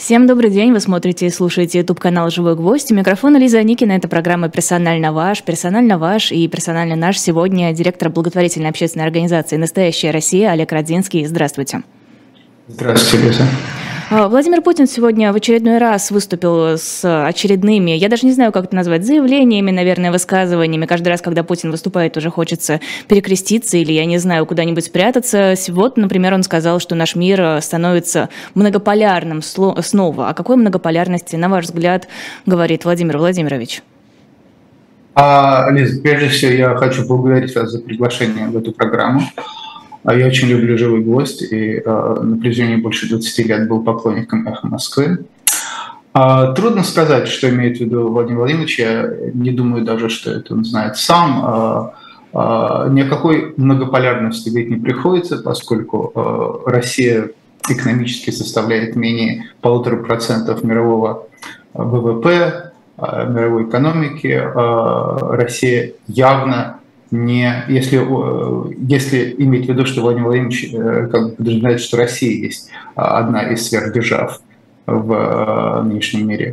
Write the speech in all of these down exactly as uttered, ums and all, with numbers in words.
Всем добрый день, вы смотрите и слушаете YouTube-канал «Живой гвоздь». У микрофона Лиза Аникина, это программа «Персонально ваш», «Персонально ваш» и «Персонально наш». Сегодня директор благотворительной общественной организации «Настоящая Россия» Олег Родзинский. Здравствуйте. Здравствуйте, Лиза. Владимир Путин сегодня в очередной раз выступил с очередными, я даже не знаю, как это назвать, заявлениями, наверное, высказываниями. Каждый раз, когда Путин выступает, уже хочется перекреститься или, я не знаю, куда-нибудь спрятаться. Вот, например, он сказал, что наш мир становится многополярным снова. О какой многополярности, на ваш взгляд, говорит Владимир Владимирович? А, Лиза, прежде всего, я хочу поблагодарить вас за приглашение в эту программу. Я очень люблю «Живой гвоздь» и э, на протяжении больше двадцати лет был поклонником «Эхо Москвы». А, трудно сказать, что имеет в виду Владимир Владимирович. Я не думаю даже, что это он знает сам. А, а, ни о какой многополярности говорить не приходится, поскольку а, Россия экономически составляет менее полутора процентов мирового ВВП, а, мировой экономики. А, Россия явно не, если, если иметь в виду, что Владимир Владимирович как бы подразумевает, что Россия есть одна из сверхдержав в нынешнем мире.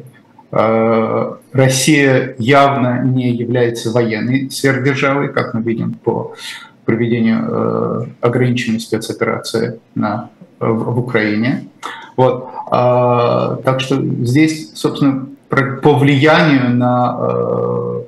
Россия явно не является военной сверхдержавой, как мы видим по проведению ограниченной спецоперации на, в, в Украине. Вот. Так что здесь, собственно, по влиянию на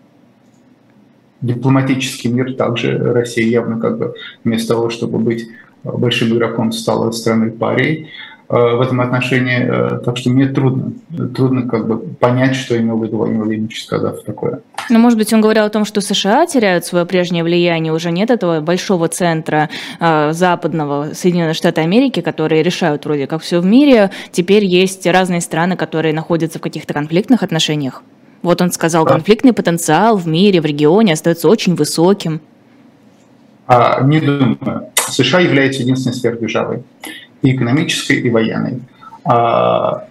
дипломатический мир, также Россия явно как бы вместо того, чтобы быть большим игроком, стала страной парией в этом отношении. Так что мне трудно, трудно как бы понять, что имел в виду Владимир Владимирович, сказав такое. Ну, может быть, он говорил о том, что США теряют свое прежнее влияние, уже нет этого большого центра э, западного Соединенных Штатов Америки, которые решают вроде как все в мире. Теперь есть разные страны, которые находятся в каких-то конфликтных отношениях. Вот он сказал, конфликтный потенциал в мире, в регионе остается очень высоким. А, не думаю. США является единственной сверхдержавой, и экономической, и военной. А,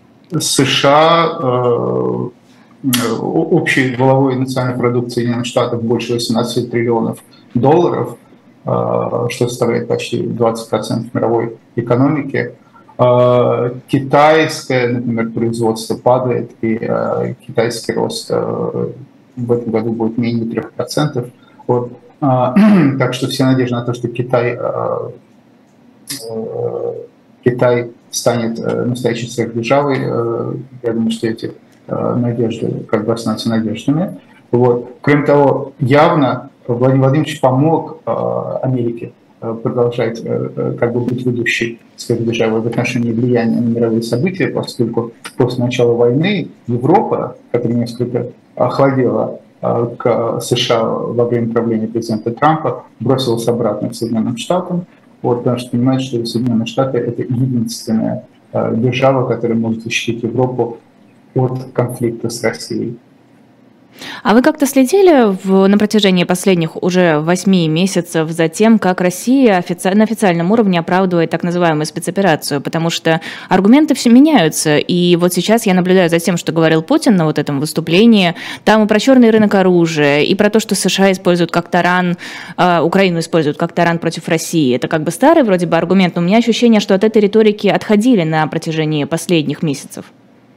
США, э, общий валовой национальный продукт Соединенных Штатов больше восемнадцати триллионов долларов, э, что составляет почти двадцать процентов мировой экономики. Китайское, например, производство падает, и э, китайский рост э, в этом году будет менее трех процентов. Вот. Э, так что все надежды на то, что Китай, э, э, Китай станет э, настоящей сверхдержавой, э, я думаю, что эти э, надежды как бы останутся надеждами. Вот. Кроме того, явно Владимир Владимирович помог э, Америке продолжать как бы быть ведущей сверхдержавой в отношении влияния на мировые события, поскольку после начала войны Европа, которая несколько охладела к США во время правления президента Трампа, бросилась обратно к Соединенным Штатам, вот, потому что понимает, что Соединенные Штаты — это единственная держава, которая может защитить Европу от конфликта с Россией. А вы как-то следили в, на протяжении последних уже восьми месяцев за тем, как Россия офици... на официальном уровне оправдывает так называемую спецоперацию? Потому что аргументы все меняются. И вот сейчас я наблюдаю за тем, что говорил Путин на вот этом выступлении. Там и про черный рынок оружия, и про то, что США используют как таран, э, Украину используют как таран против России. Это как бы старый вроде бы аргумент, но у меня ощущение, что от этой риторики отходили на протяжении последних месяцев.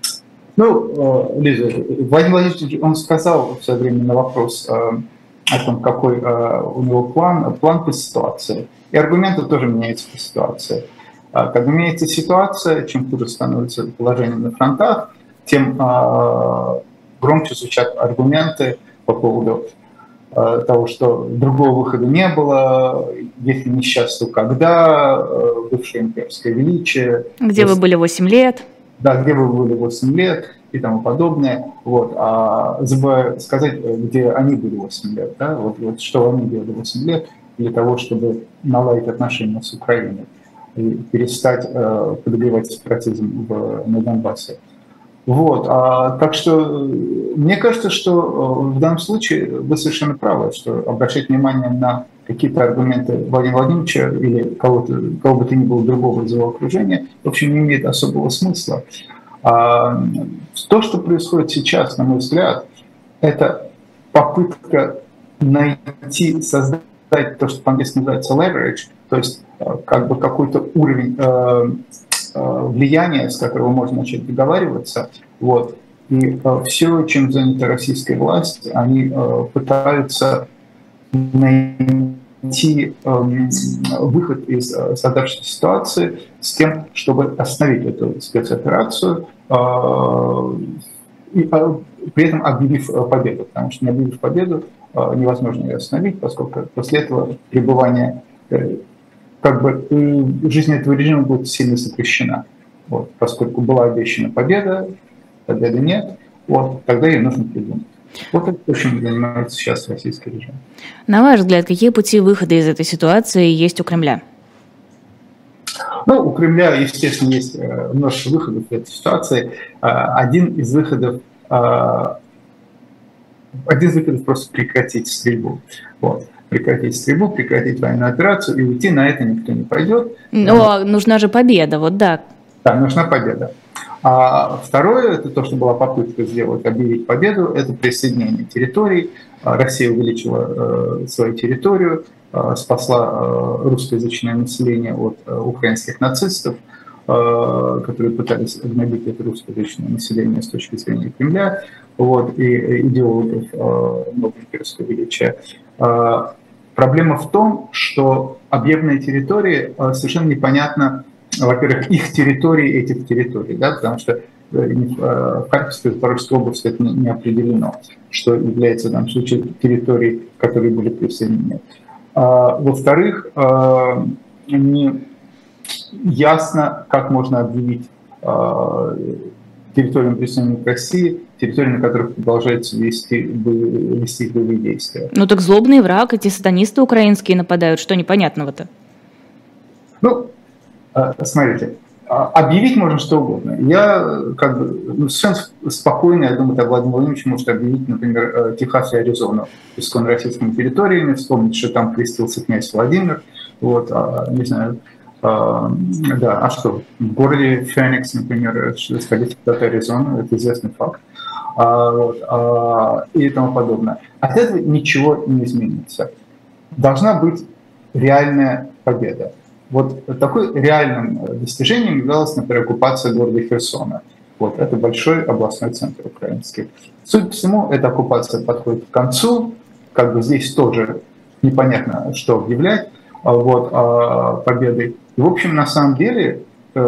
Ну, Лиза, Владимир Владимирович, он сказал в свое время на вопрос о том, какой у него план, план по ситуации. И аргументы тоже меняются по ситуации. Когда меняется ситуация, чем хуже становится положение на фронтах, тем громче звучат аргументы по поводу того, что другого выхода не было, если не сейчас, то когда, бывшее имперское величие. Где вы были восемь лет? Да, где вы были восемь лет и тому подобное. Вот. А забываю сказать, где они были восемь лет. Да? Вот, вот что они делали восемь лет для того, чтобы наладить отношения с Украиной и перестать э, подогревать сепаратизм в, на Донбассе. Вот. А, так что мне кажется, что в данном случае вы совершенно правы, что обращать внимание на какие-то аргументы Владимира Владимировича или кого-то, кого бы то ни было другого из его окружения, в общем, не имеет особого смысла. А, то, что происходит сейчас, на мой взгляд, это попытка найти, создать то, что по-английски называется leverage, то есть как бы какой-то уровень э, влияния, с которого можно начать договариваться. Вот. И все, чем занята российская власть, они пытаются найти выход из создавшейся ситуации с тем, чтобы остановить эту спецоперацию, и при этом объявив победу, потому что не объявив победу, невозможно ее остановить, поскольку после этого пребывание, как бы жизнь этого режима будет сильно сокращена. Вот, поскольку была обещана победа, победы нет, вот, тогда ее нужно придумать. Вот это, чем занимается сейчас российский режим. На ваш взгляд, какие пути выхода из этой ситуации есть у Кремля? Ну, у Кремля, естественно, есть множество выходов в этой ситуации. Один из выходов, один из выходов просто прекратить стрельбу. Вот. Прекратить стрельбу, прекратить военную операцию, и уйти на это никто не пойдет. Но нужна же победа, вот да. Да, нужна победа. А второе, это то, что была попытка сделать, объявить победу, это присоединение территорий. Россия увеличила э, свою территорию, э, спасла э, русскоязычное население от э, украинских нацистов, э, которые пытались гнобить это русскоязычное население с точки зрения Кремля, вот, и идеологов э, нового имперского величия. Э, проблема в том, что объявленные территории э, совершенно непонятно, во-первых, их территории этих территорий, да, потому что в Харьковской и Запорожской области это не определено, что является в данном случае территорией, которые были присоединены. Во-вторых, не ясно, как можно объявить территорию, присоединенную к России, территории, на которых продолжается вести, вести боевые действия. Ну так злобный враг, эти сатанисты украинские нападают, что непонятного-то? Ну, смотрите, объявить можно что угодно. Я как бы ну, совершенно спокойно, я думаю, так Владимир Владимирович может объявить, например, Техас и Аризону исконно российскими территориями, вспомнить, что там крестился князь Владимир, вот, а, не знаю, а, да, а что, в городе Феникс, например, сходить куда-то Аризону, это известный факт, а, вот, а, и тому подобное. От этого ничего не изменится. Должна быть реальная победа. Вот такой реальным достижением являлась, например, оккупация города Херсона. Вот, это большой областной центр украинский. Судя по всему, эта оккупация подходит к концу, как бы здесь тоже непонятно, что объявлять вот, победой. И, в общем, на самом деле,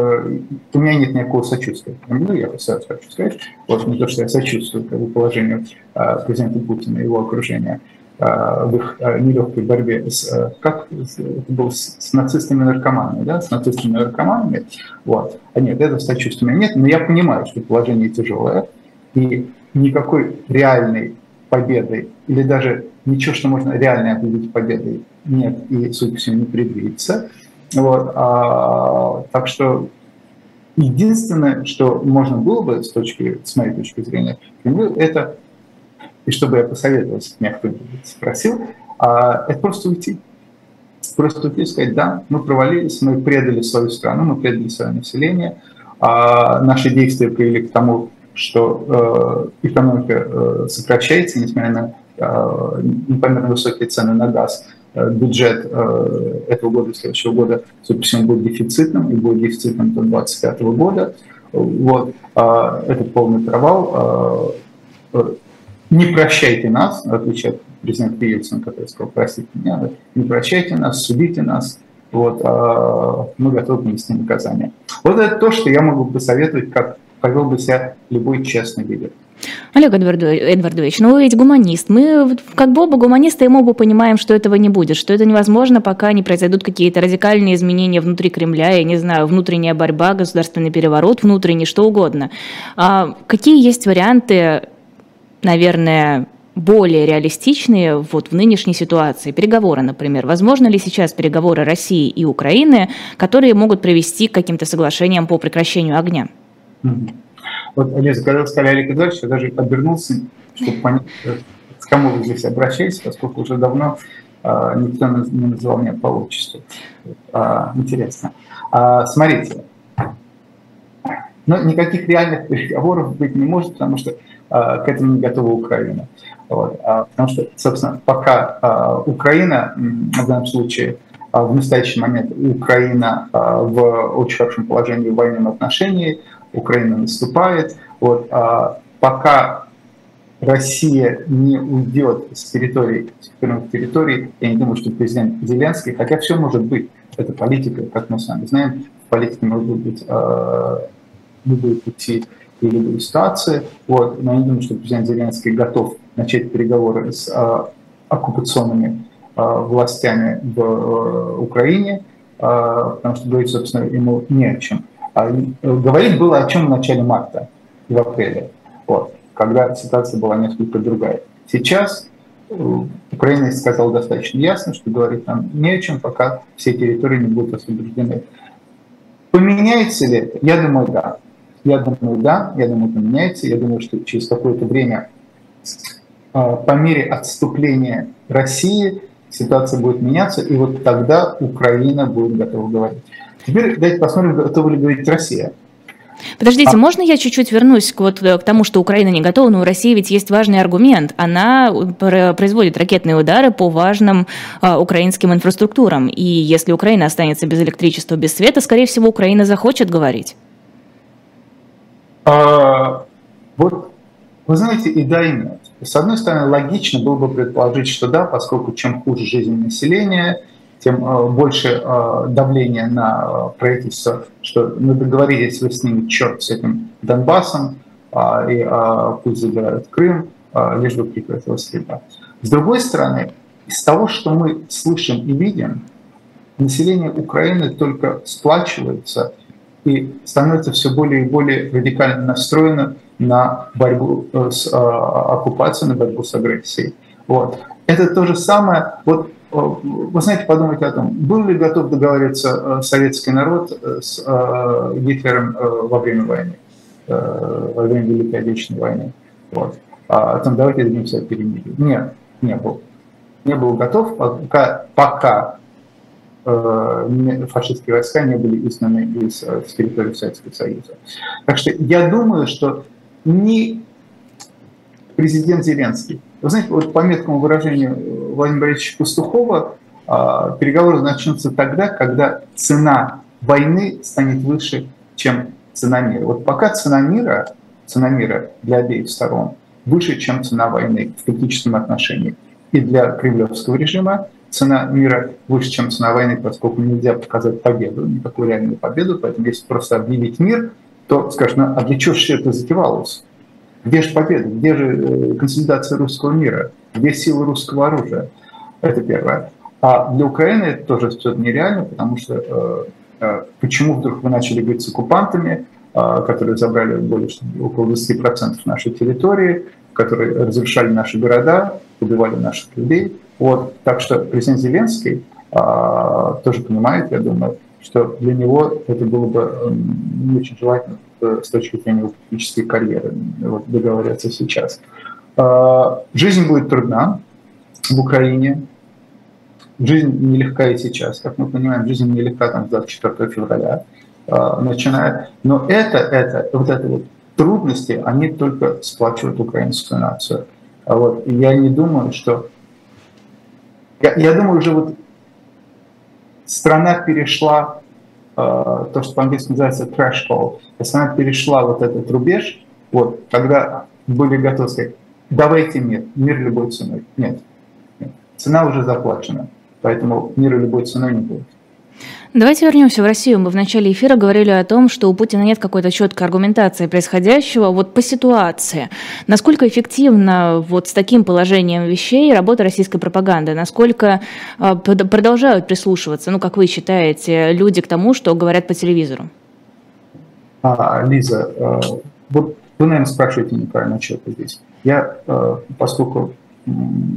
у меня нет никакого сочувствия. Ну, я сразу хочу сказать, вот не то, что я сочувствую как бы, положению президента Путина и его окружения в их нелегкой борьбе с, как это было, с нацистами-наркоманами, да, с нацистами-наркоманами, вот. А нет, этого сочувствия нет, но я понимаю, что положение тяжелое, и никакой реальной победы, или даже ничего, что можно реально объявить победой, нет, и, судя по всему, не предвидится. Вот. А, так что единственное, что можно было бы, с, точки, с моей точки зрения, это и чтобы я посоветовался, меня кто-нибудь спросил, а, это просто уйти. Просто уйти и сказать, да, мы провалились, мы предали свою страну, мы предали свое население, а наши действия привели к тому, что э, экономика э, сокращается, несмотря на э, непомерно высокие цены на газ. Э, бюджет э, этого года и следующего года, судя по всему, будет дефицитным, и будет дефицитным до двадцать пятого года. Вот. Э, это полный провал. Э, Не прощайте нас, в отличие от президента Ельцина, который сказал, простите меня, не прощайте нас, судите нас, вот, а мы готовы понести наказание. Вот это то, что я могу посоветовать, как повел бы себя любой честный лидер. Олег Эдвардович, ну вы ведь гуманист. Мы как бы оба гуманисты, и мы оба понимаем, что этого не будет, что это невозможно, пока не произойдут какие-то радикальные изменения внутри Кремля, я не знаю, внутренняя борьба, государственный переворот внутренний, что угодно. А какие есть варианты, наверное, более реалистичные вот в нынешней ситуации? Переговоры, например. Возможно ли сейчас переговоры России и Украины, которые могут привести к каким-то соглашениям по прекращению огня? Mm-hmm. Вот, Олег, когда вы сказали Олег Эдуардович, я даже обернулся, чтобы понять, к кому вы здесь обращаетесь, поскольку уже давно а, никто не называл меня по отчеству. А, интересно. А, смотрите, но никаких реальных переговоров быть не может, потому что к этому не готова Украина. Вот. Потому что, собственно, пока Украина в данном случае В настоящий момент Украина в очень хорошем положении в военном отношении, Украина наступает. Вот, пока Россия не уйдет с территории, с территории, я не думаю, что президент Зеленский, хотя все может быть, это политика, как мы с вами знаем, в политике могут быть э, любые пути и любые ситуации, вот, но я не думаю, что президент Зеленский готов начать переговоры с э, оккупационными э, властями в э, Украине, э, потому что говорить, собственно, ему не о чем. А, э, говорить было о чем в начале марта, в апреле. Вот, когда ситуация была несколько другая. Сейчас Украина сказала достаточно ясно, что говорить нам не о чем, пока все территории не будут освобождены. Поменяется ли это? Я думаю, да. Я думаю, да. Я думаю, поменяется. Я думаю, что через какое-то время, по мере отступления России, ситуация будет меняться, и вот тогда Украина будет готова говорить. Теперь давайте посмотрим, готова ли говорить Россия. Подождите, а... можно я чуть-чуть вернусь к, вот, к тому, что Украина не готова, но у России ведь есть важный аргумент. Она производит ракетные удары по важным а, украинским инфраструктурам. И если Украина останется без электричества, без света, скорее всего, Украина захочет говорить. А, вот, вы знаете, и да, и нет. С одной стороны, логично было бы предположить, что да, поскольку чем хуже жизнь населения, тем больше давления на правительство, что мы договорились вы с ними, черт с этим Донбассом, и пусть забирают Крым, лишь бы прекратилась стрельба. С другой стороны, из того, что мы слышим и видим, население Украины только сплачивается и становится все более и более радикально настроено на борьбу с оккупацией, на борьбу с агрессией. Вот. Это то же самое. Вот, вы знаете, подумайте о том, был ли готов договориться советский народ с Гитлером во время войны, во время Великой Отечественной войны. Вот. О том, давайте добьемся от перемирия. Нет, не был. Не был готов, пока, пока фашистские войска не были изгнаны из с территории Советского Союза. Так что я думаю, что ни президент Зеленский, вы знаете, вот по меткому выражению Владимира Борисовича Пастухова, переговоры начнутся тогда, когда цена войны станет выше, чем цена мира. Вот пока цена мира, цена мира для обеих сторон выше, чем цена войны в политическом отношении. И для кремлевского режима цена мира выше, чем цена войны, поскольку нельзя показать победу, никакую реальную победу. Поэтому если просто объявить мир, то скажешь, ну, а для чего же это затевалось? Где же победа? Где же консолидация русского мира? Где сила русского оружия? Это первое. А для Украины это тоже все нереально, потому что э, э, почему вдруг вы начали говорить с оккупантами, э, которые забрали более, около двадцати процентов нашей территории, которые разрушали наши города, убивали наших людей. Вот. Так что президент Зеленский э, тоже понимает, я думаю, что для него это было бы не очень желательно с точки зрения его политической карьеры, вот, договориться сейчас. Жизнь будет трудна в Украине. Жизнь нелегка и сейчас. Как мы понимаем, жизнь нелегка там, с двадцать четвёртого февраля, начиная. Но это, это, вот это вот трудности, они только сплачивают украинскую нацию. Вот. И я не думаю, что... Я, я думаю, уже вот страна перешла то, что по-английски называется threshold, если она перешла вот этот рубеж, вот, когда были готовы сказать, давайте мир, мир любой ценой. Нет, нет, цена уже заплачена, поэтому мира любой ценой не будет. Давайте вернемся в Россию. Мы в начале эфира говорили о том, что у Путина нет какой-то четкой аргументации происходящего. Вот по ситуации, насколько эффективна вот с таким положением вещей работа российской пропаганды? Насколько э, продолжают прислушиваться, ну, как вы считаете, люди к тому, что говорят по телевизору? А, Лиза, э, вот вы, наверное, спрашиваете неправильно человека здесь. Я, э, поскольку э,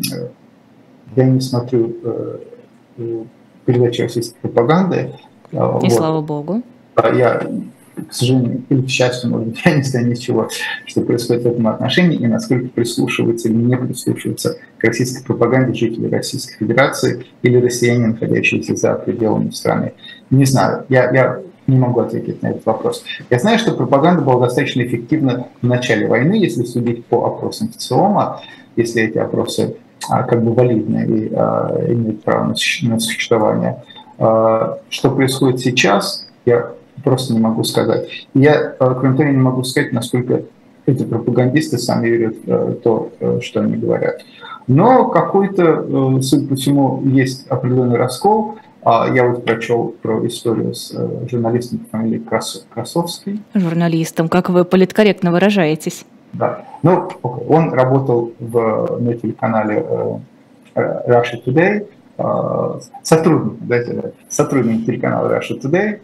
я не смотрю э, передачи российской пропаганды. И вот. Слава богу. Я, к сожалению, или к счастью, может быть, я не знаю ничего, что происходит в этом отношении, и насколько прислушиваются или не прислушиваются к российской пропаганде жители Российской Федерации или россияне, находящиеся за пределами страны. Не знаю, я, я не могу ответить на этот вопрос. Я знаю, что пропаганда была достаточно эффективна в начале войны, если судить по опросам ВЦИОМа, если эти опросы как бы валидные и а, имеют право на существование. Что происходит сейчас, я просто не могу сказать. Я, кроме того, не могу сказать, насколько эти пропагандисты сами верят в то, что они говорят. Но какой-то, судя по всему, есть определенный раскол. Я вот прочел про историю с журналистом по фамилии Красовский. Журналистом, как вы политкорректно выражаетесь. Да. Ну, он работал в, на телеканале Russia Today, сотрудник, да, сотрудник телеканала Russia Today.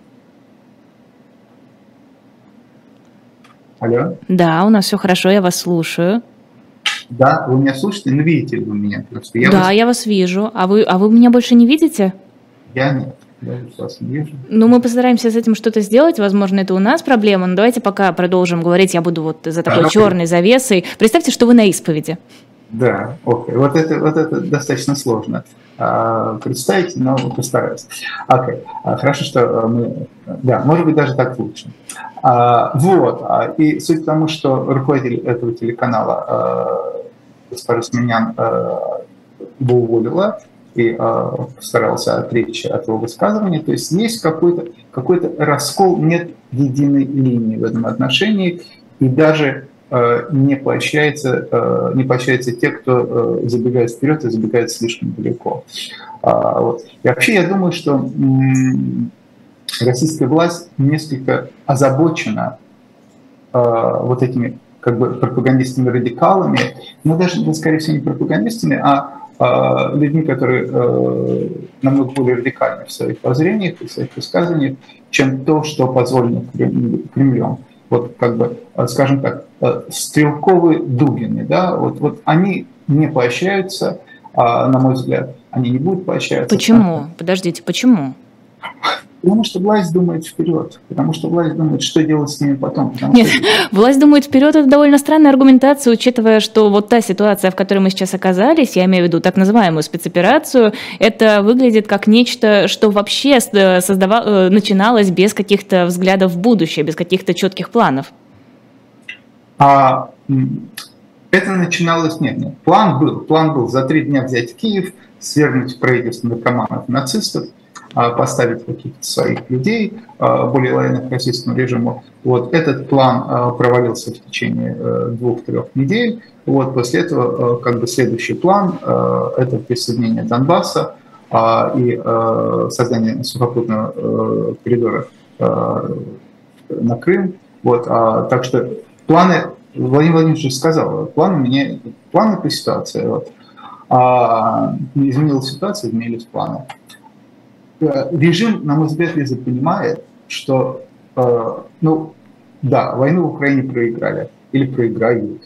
Алло? Да, у нас все хорошо, я вас слушаю. Да, вы меня слушаете, но видите ли вы меня просто? Я да, вас... я вас вижу. А вы, а вы меня больше не видите? Я нет. Я вас не вижу. Ну, мы постараемся с этим что-то сделать. Возможно, это у нас проблема, но давайте пока продолжим говорить. Я буду вот за такой а, черной завесой. Представьте, что вы на исповеди. Да, окей. Вот это, вот это достаточно сложно а, представить, но постараюсь. Окей. А, хорошо, что мы... Да, может быть, даже так лучше. А, вот. А, и суть в том, что руководитель этого телеканала а, госпожа Сменян а, его уволила и а, постарался отречься от его высказывания. То есть есть какой-то, какой-то раскол, нет единой линии в этом отношении, и даже а, не поощряется, а, не поощряется те, кто а, забегает вперед и забегает слишком далеко. А, вот. И вообще я думаю, что м- российская власть несколько озабочена а, вот этими как бы пропагандистами-радикалами, но даже, скорее всего, не пропагандистами, а людьми, которые э, намного более радикальны в своих воззрениях и в своих высказываниях, чем то, что позволено Кремлем. Вот как бы, скажем так, стрелковые Дугины, да, вот, вот они не поощряются, а, на мой взгляд, они не будут поощряться. Почему? Подождите, почему? Потому что власть думает вперед, потому что власть думает, что делать с ними потом. Нет, что... власть думает вперед, это довольно странная аргументация, учитывая, что вот та ситуация, в которой мы сейчас оказались, я имею в виду так называемую спецоперацию, это выглядит как нечто, что вообще создава... начиналось без каких-то взглядов в будущее, без каких-то четких планов. А это начиналось, нет, нет, план был, план был за три дня взять Киев, свергнуть правительство наркоманов, нацистов, поставить каких-то своих людей, более лояльных к российскому режиму. Вот этот план провалился в течение двух-трех недель. Вот после этого как бы следующий план – это присоединение Донбасса и создание сухопутного коридора на Крым. Вот, так что планы, Владимир Владимирович сказал, планы меня, планы по ситуации. Вот. Изменилась ситуация, изменились планы. Режим, на мой взгляд, Лиза понимает, что, э, ну, да, войну в Украине проиграли или проиграют,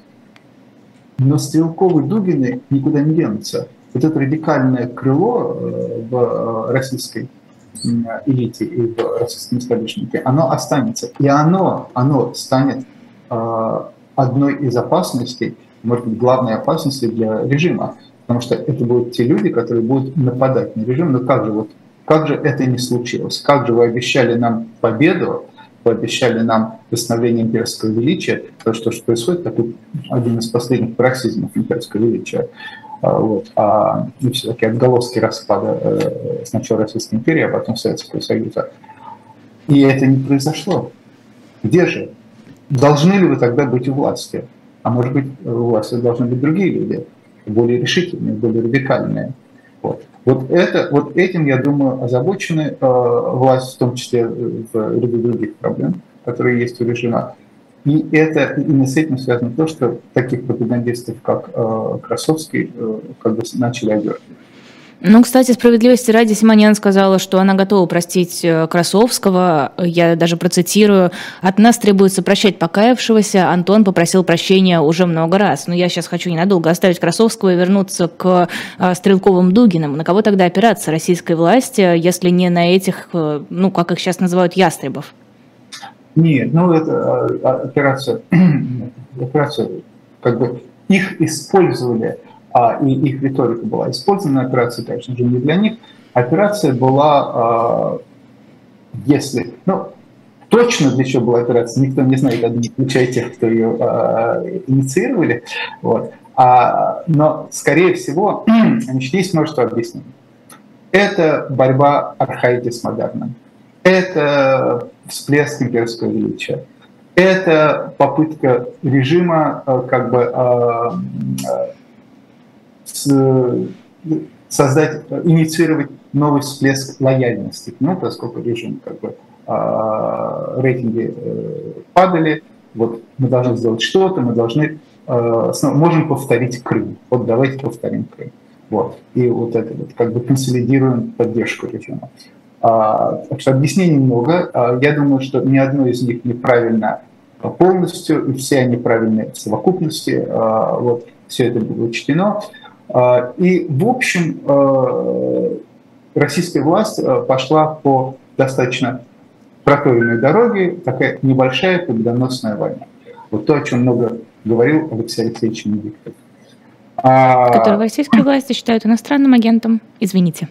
но стрелковые Дугины никуда не денутся. Вот это радикальное крыло э, в российской э, элите и в российском истеблишменте, оно останется. И оно, оно станет э, одной из опасностей, может быть, главной опасностью для режима. Потому что это будут те люди, которые будут нападать на режим. Но как же вот Как же это не случилось? Как же вы обещали нам победу, вы обещали нам восстановление имперского величия, то, что происходит, такой один из последних пароксизмов имперского величия. Вот. А и все-таки отголоски распада сначала Российской империи, а потом Советского Союза. И это не произошло. Где же? Должны ли вы тогда быть у власти? А может быть, у власти должны быть другие люди, более решительные, более радикальные. Вот. Вот, это, вот этим, я думаю, озабочены э, власть, в том числе в ряду других проблем, которые есть у режима. И это именно с этим связано то, что таких пропагандистов, как э, Красовский, э, как бы начали одергивать. Ну, кстати, справедливости ради, Симонян сказала, что она готова простить Красовского. Я даже процитирую: «От нас требуется прощать покаявшегося. Антон попросил прощения уже много раз». Но я сейчас хочу ненадолго оставить Красовского и вернуться к стрелковым Дугинам. На кого тогда опираться российской власти, если не на этих, ну, как их сейчас называют, ястребов? Нет, ну, это операция, операция как бы их использовали, А, и их риторика была использована, операция, конечно же, не для них. Операция была, если... Ну, точно для чего была операция, никто не знает, не включая тех, кто ее инициировали. Вот. А, но, скорее всего, значит, есть множество объяснений. Это борьба архаики с модерном. Это всплеск имперского величия. Это попытка режима как бы создать, инициировать новый всплеск лояльности. Ну, поскольку режим как бы рейтинги падали, вот мы должны сделать что-то, мы должны, можем повторить Крым. Вот давайте повторим Крым. Вот. И вот это вот как бы консолидируем поддержку режима. А, так что объяснений много. А, я думаю, что ни одно из них неправильно полностью, и все они правильные в совокупности. А, вот, все это было учтено. А, и, в общем, а, российская власть пошла по достаточно проторенной дороге, такая небольшая победоносная война. Вот то, о чем много говорил Алексей Алексеевич Венедиктов. Которого российские власти считают иностранным агентом. Извините.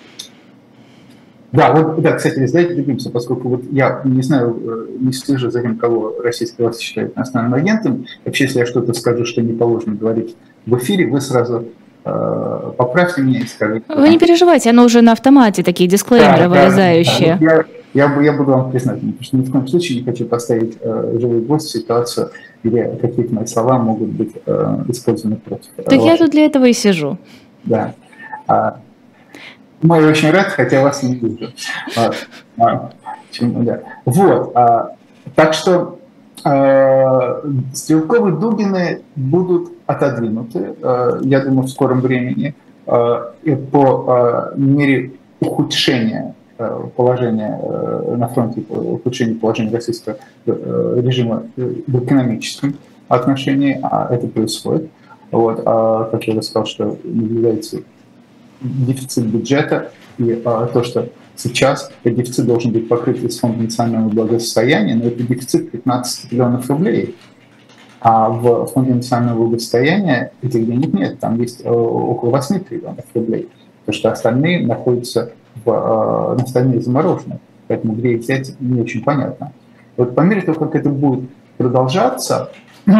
Да, вот, да, кстати, давайте добьемся, поскольку вот я не знаю, не слежу за тем, кого российские власти считают иностранным агентом. Вообще, если я что-то скажу, что не положено говорить в эфире, вы сразу э, поправьте меня и скажите. Вы не переживайте, оно уже на автомате, такие дисклеймеры да, вылезающие. Да, да. Я, я, я буду вам признательным, потому что ни в коем случае не хочу поставить э, живой гвоздь в ситуацию, где какие-то мои слова могут быть э, использованы против. Так ваших. Я тут для этого и сижу. Да. А, ну, я очень рад, хотя вас не вижу. А, а, чему, да. Вот. А, так что а, Стрелковы Дугины будут отодвинуты, а, я думаю, в скором времени, а, и по а, мере ухудшения положения на фронте, ухудшение положения российского режима в экономическом отношении, а это происходит. Вот, а, как я уже сказал, что наблюдается дефицит бюджета, и а, то, что сейчас этот дефицит должен быть покрыт из Фонда национального благосостояния, но это дефицит пятнадцать миллионов рублей. А в Фонде национального благосостояния этих денег нет, там есть около восемь триллионов рублей, потому что остальные находятся в, на стороне замороженных, поэтому где их взять не очень понятно. Вот по мере того, как это будет продолжаться,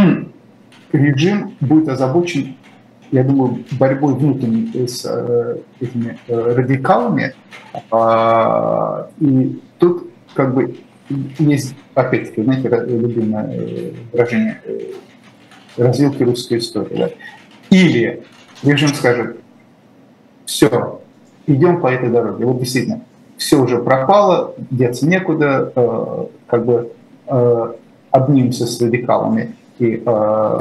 режим будет озабочен, я думаю, борьбой внутренней с э, этими э, радикалами. А, и тут как бы есть, опять-таки, знаете, любимое выражение развилки русской истории. Да? Или режим скажет, все, идем по этой дороге. Вот действительно, все уже пропало, деться некуда, э, как бы э, обнимемся с радикалами и э,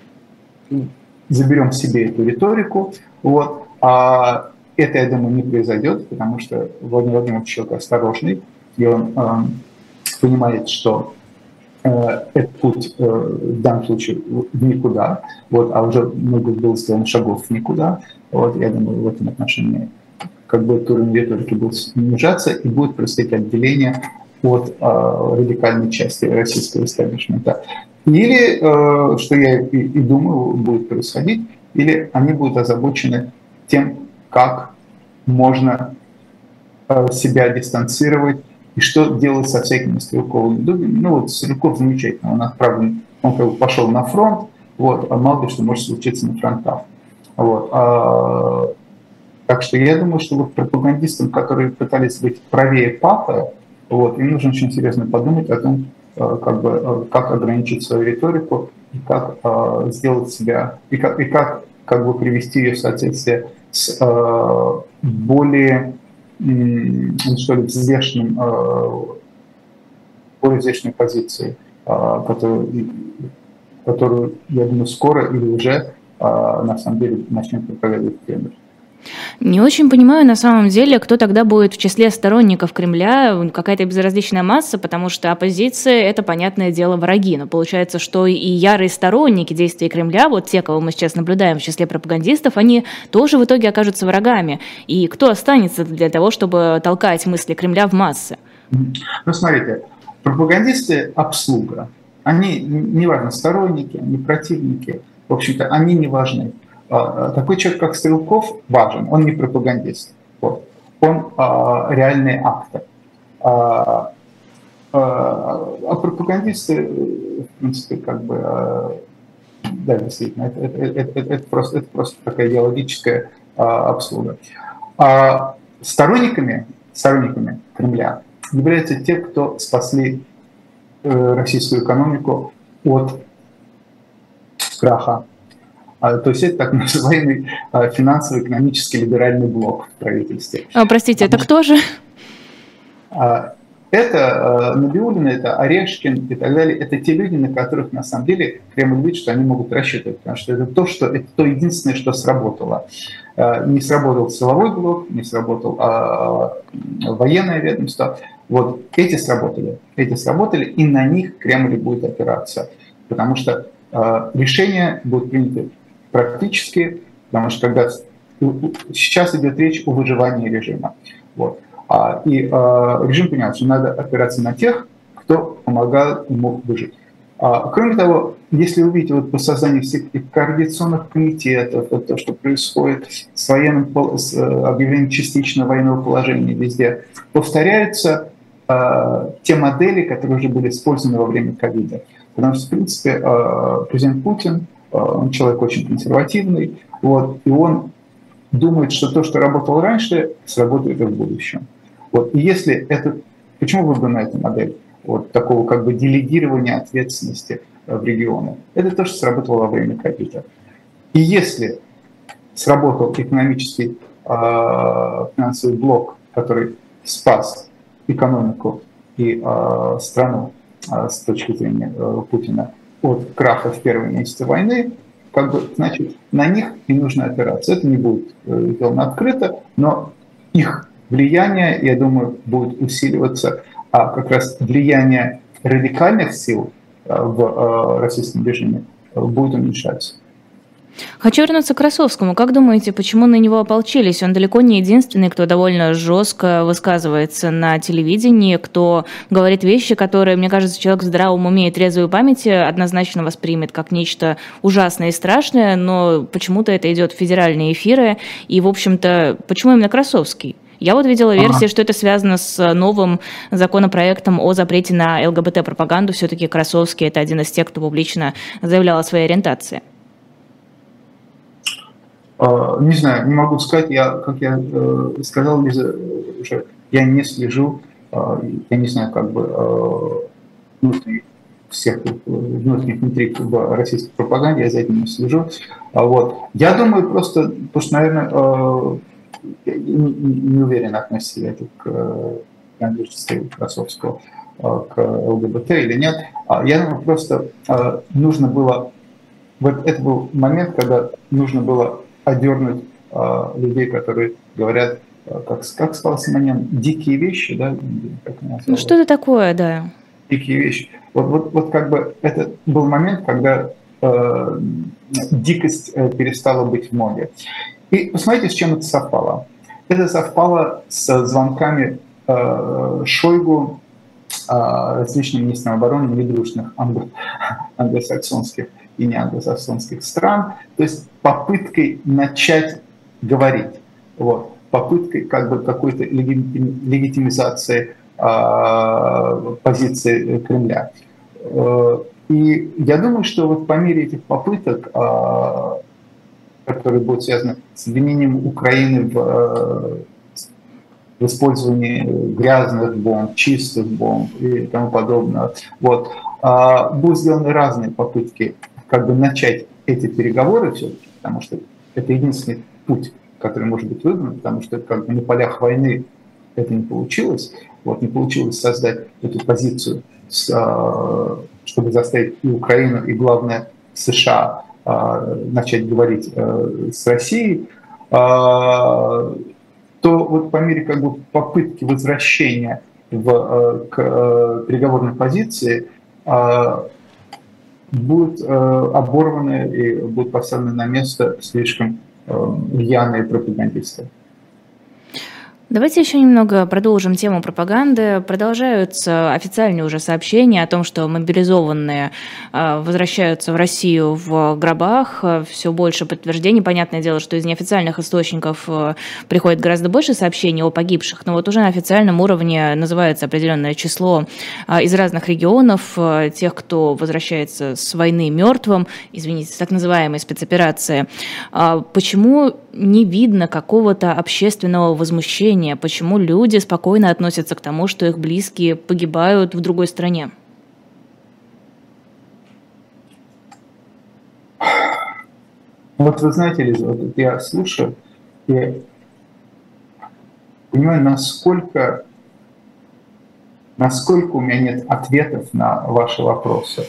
заберем себе эту риторику. Вот. А это, я думаю, не произойдет, потому что Владимир Владимирович человек осторожный, и он э, понимает, что э, этот путь э, в данном случае в никуда, вот, а уже много было сделано шагов в никуда. Вот, я думаю, в этом отношении как бы этот уровень риторики будет снижаться и будет происходить отделение от э, радикальной части российского истеблишмента. Или, э, что я и, и думаю, будет происходить, или они будут озабочены тем, как можно э, себя дистанцировать и что делать со всякими Стрелковыми Дугинами. Ну вот Стрелков замечательно, он отправлен, он как бы пошел на фронт, вот, а мало ли что может случиться на фронтах. Вот, а, так что я думаю, что вот пропагандистам, которые пытались быть правее папы, вот, им нужно очень серьезно подумать о том, как бы, как ограничить свою риторику, и как э, сделать себя, и как, и как, как бы привести ее в соответствие с э, более, э, что ли, взвешенным, э, более взвешенной позицией, э, которую, которую, я думаю, скоро или уже э, на самом деле начнет проповедовать Кремль. Не очень понимаю, на самом деле, кто тогда будет в числе сторонников Кремля, какая-то безразличная масса, потому что оппозиция – это, понятное дело, враги. Но получается, что и ярые сторонники действий Кремля, вот те, кого мы сейчас наблюдаем в числе пропагандистов, они тоже в итоге окажутся врагами. И кто останется для того, чтобы толкать мысли Кремля в массы? Ну, смотрите, пропагандисты – обслуга. Они, неважно, сторонники, они противники, в общем-то, они не важны. Такой человек, как Стрелков, важен, он не пропагандист, вот. Он а, реальный актор. А, а, а пропагандисты, в принципе, как бы, а, да, действительно, это, это, это, это, это, просто, это просто такая идеологическая а, обслуга. А, сторонниками, сторонниками Кремля являются те, кто спасли российскую экономику от краха. То есть это так называемый финансово-экономический либеральный блок в правительстве. А, простите, это кто же? Это Набиуллина, это Орешкин и так далее. Это те люди, на которых на самом деле Кремль видит, что они могут рассчитывать. Потому что это то, что, это то единственное, что сработало. Не сработал силовой блок, не сработал а, военное ведомство. Вот эти сработали. Эти сработали, и на них Кремль будет опираться. Потому что а, решения будут приняты практически, потому что когда сейчас идет речь о выживании режима. Вот. И э, режим понял, что надо опираться на тех, кто помогал ему выжить. А, кроме того, если вы видите вот по созданию всех этих координационных комитетов, вот то, что происходит с военным, с объявлением частичного военного положения везде, повторяются э, те модели, которые уже были использованы во время ковида. Потому что, в принципе, э, президент Путин, э, он человек очень консервативный, вот, и он думает, что то, что работало раньше, сработает и в будущем. Вот. И если это... Почему выбрана эта модель вот такого как бы делегирования ответственности в регионы? Это то, что сработало во время ковида. И если сработал экономический э, финансовый блок, который спас экономику и э, страну э, с точки зрения э, Путина от краха в первые месяцы войны, как бы, значит, на них и нужно опираться. Это не будет э, сделано открыто, но их влияние, я думаю, будет усиливаться, а как раз влияние радикальных сил э, в э, российском режиме э, будет уменьшаться. Хочу вернуться к Красовскому. Как думаете, почему на него ополчились? Он далеко не единственный, кто довольно жестко высказывается на телевидении, кто говорит вещи, которые, мне кажется, человек в здравом уме и трезвой памяти однозначно воспримет как нечто ужасное и страшное, но почему-то это идет в федеральные эфиры. И, в общем-то, почему именно Красовский? Я вот видела версию, ага. что это связано с новым законопроектом о запрете на ЛГБТ-пропаганду. Все-таки Красовский – это один из тех, кто публично заявлял о своей ориентации. Не знаю, не могу сказать. Я, как я э, сказал, Лиза, уже я не слежу, э, я не знаю, как бы э, внутри всех внутренних интриг в российской пропаганде, я за этим не слежу. Вот. Я думаю, просто, потому что, наверное, э, я не, не уверен, относится ли это к принадлежности Красовского э, к ЛГБТ или нет. Я думаю, просто э, нужно было, вот это был момент, когда нужно было одернуть э, людей, которые говорят, э, как, как сказал Симонян, дикие вещи, да? Ну что-то такое, да. Дикие вещи. Вот, вот, вот как бы это был момент, когда э, дикость э, перестала быть в моде. И посмотрите, с чем это совпало. Это совпало с звонками э, Шойгу э, различным министрам обороны недружных англо- англосаксонских и не англосаксонских стран, то есть попыткой начать говорить, вот, попыткой как бы какой-то легитимизации э, позиции Кремля. Э, и я думаю, что вот по мере этих попыток, э, которые будут связаны с обвинением Украины в, э, в использовании грязных бомб, чистых бомб и тому подобное, вот, э, будут сделаны разные попытки как бы начать эти переговоры все-таки, потому что это единственный путь, который может быть выбран, потому что как бы на полях войны это не получилось. Вот, не получилось создать эту позицию, с, чтобы заставить и Украину, и, главное, США начать говорить с Россией, то вот по мере как бы попытки возвращения в, к переговорной позиции будут э, оборваны и будут поставлены на место слишком э, рьяные пропагандисты. Давайте еще немного продолжим тему пропаганды. Продолжаются официальные уже сообщения о том, что мобилизованные возвращаются в Россию в гробах. Все больше подтверждений. Понятное дело, что из неофициальных источников приходит гораздо больше сообщений о погибших, но вот уже на официальном уровне называется определенное число из разных регионов тех, кто возвращается с войны мертвым, извините, так называемой спецоперации. Почему не видно какого-то общественного возмущения? Почему люди спокойно относятся к тому, что их близкие погибают в другой стране? Вот вы знаете, Лиза, вот я слушаю и понимаю, насколько, насколько у меня нет ответов на ваши вопросы.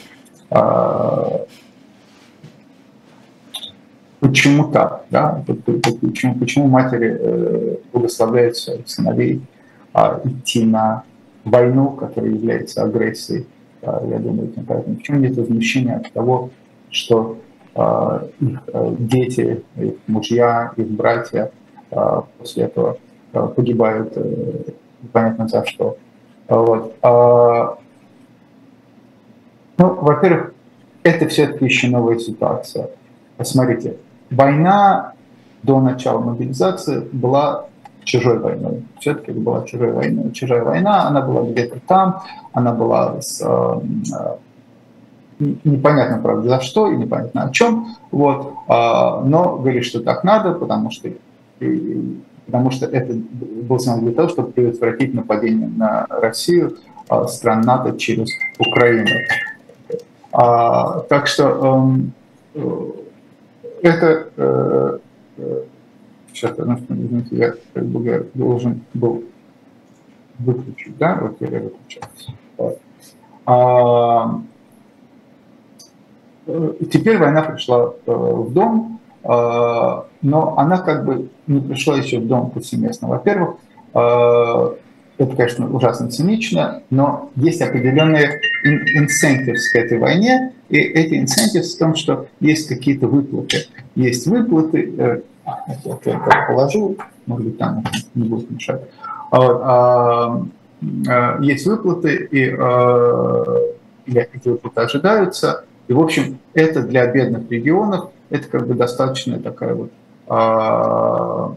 Почему так? Да? Почему, почему матери благословляют своих сыновей идти на войну, которая является агрессией? Я думаю, поэтому почему нет возмущения от того, что их дети, их мужья, их братья после этого погибают непонятно за что. Вот. Ну, во-первых, это все-таки еще новая ситуация. Посмотрите, война до начала мобилизации была чужой войной. Все-таки это была чужой войной. Чужая война, она была где-то там, она была с, э, непонятно, правда, за что и непонятно о чем. Вот. Э, но говорили, что так надо, потому что, и, потому что это было сделано для того, чтобы предотвратить нападение на Россию э, стран НАТО через Украину. Э, так что э, это... Э, Сейчас, извините, я как бы должен был выключить, да, вот я выключался. Вот. А, теперь война пришла в дом, но она как бы не пришла еще в дом повсеместно. Во-первых, это, конечно, ужасно цинично, но есть определенные инцентивы к этой войне, и эти инцентивы в том, что есть какие-то выплаты. Есть выплаты, я это положу, может быть, там не будет мешать. Вот, а, а, есть выплаты, и, а, и эти выплаты ожидаются. И, в общем, это для бедных регионов, это как бы достаточно такая вот, а,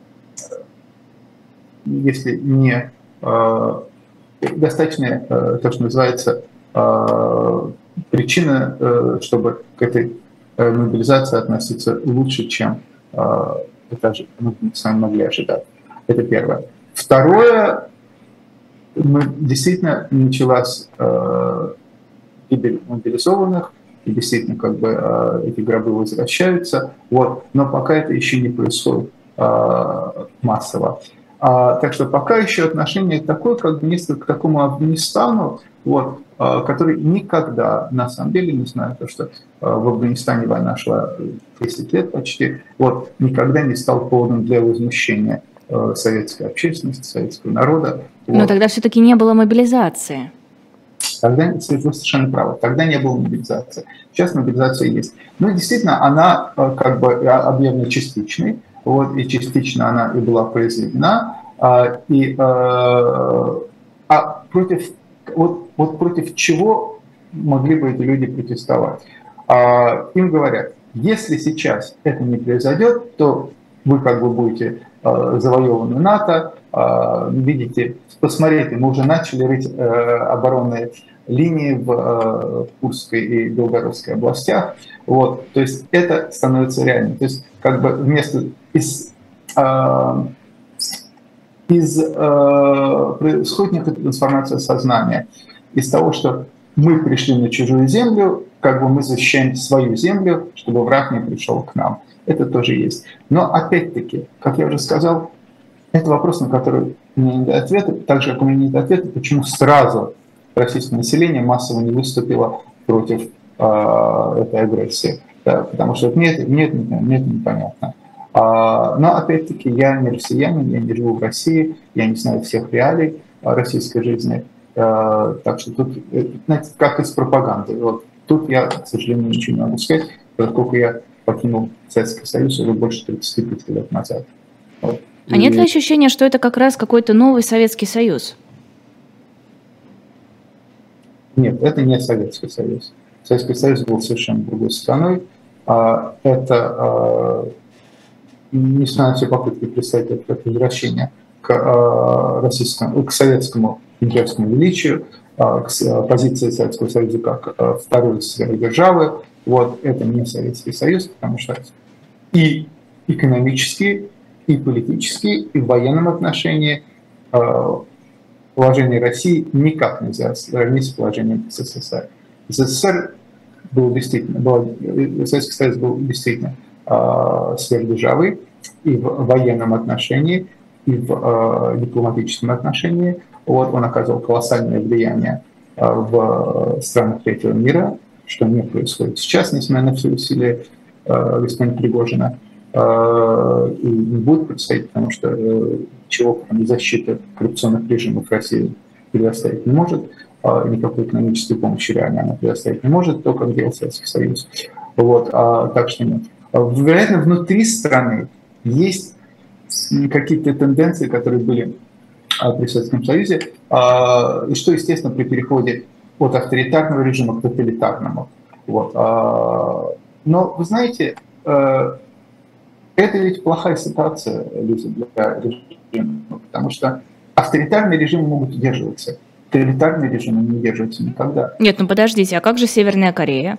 если не а, достаточно, а, то, что называется, а, причина, а, чтобы к этой мобилизации относиться лучше, чем это же мы с вами могли ожидать. Это первое. Второе, мы, действительно началась э, гибель мобилизованных, и действительно как бы э, эти гробы возвращаются, вот, но пока это еще не происходит э, массово. А, так что пока еще отношение такое, как бы несколько к такому Афганистану, вот, который никогда, на самом деле, не знаю, то, что в Афганистане война шла десять лет почти, вот, никогда не стал поводом для возмущения советской общественности, советского народа. Но вот. Тогда все-таки не было мобилизации. Тогда, вы совершенно правы, тогда не было мобилизации. Сейчас мобилизация есть. Ну, действительно, она как бы объявлена частичной, вот, и частично она и была произведена, и, а против Вот, вот против чего могли бы эти люди протестовать? А, им говорят, если сейчас это не произойдет, то вы как бы будете а, завоеваны НАТО, а, видите, посмотрите, мы уже начали рыть а, оборонные линии в а, Курской и Белгородской областях, вот, то есть это становится реальным. То есть как бы вместо из, а, из э, происходит некая трансформация сознания. Из того, что мы пришли на чужую землю, как бы мы защищаем свою землю, чтобы враг не пришел к нам. Это тоже есть. Но опять-таки, как я уже сказал, это вопрос, на который у меня нет ответа, так же, как у меня нет ответа, почему сразу российское население массово не выступило против э, этой агрессии. Да, потому что мне это, мне это, мне это непонятно. Но, опять-таки, я не россиянин, я не живу в России, я не знаю всех реалий российской жизни. Так что тут, знаете, как из пропаганды. Вот тут я, к сожалению, ничего не могу сказать, поскольку я покинул Советский Союз уже больше тридцати пяти лет назад. Вот. А И... нет ли ощущения, что это как раз какой-то новый Советский Союз? Нет, это не Советский Союз. Советский Союз был совершенно другой страной. Это... Несмотря на все попытки представить это как возвращение к российскому, к советскому имперскому величию, к позиции Советского Союза как второй сферы державы, вот это не Советский Союз, потому что и экономически, и политически, и в военном отношении положение России никак нельзя сравнить с положением СССР. СССР был действительно, был, Советский Союз был действительно э, сверхдержавой и в военном отношении, и в э, дипломатическом отношении. Вот, он оказывал колоссальное влияние э, в странах третьего мира, что не происходит сейчас, несмотря на все усилия э, господина Пригожина. Э, и не будет происходить, потому что э, чего, кроме защиты коррупционных режимов, России предоставить не может. Никакой экономической помощи реально она предоставить не может, то, как делал Советский Союз. Вот, а, так что нет. Вероятно, внутри страны есть какие-то тенденции, которые были а, при Советском Союзе, а, и что, естественно, при переходе от авторитарного режима к тоталитарному. Вот, а, но, вы знаете, а, это ведь плохая ситуация, Лиза, для режима, потому что авторитарные режимы могут удерживаться. Тоталитарные режимы не удерживаются никогда. Нет, ну подождите, а как же Северная Корея?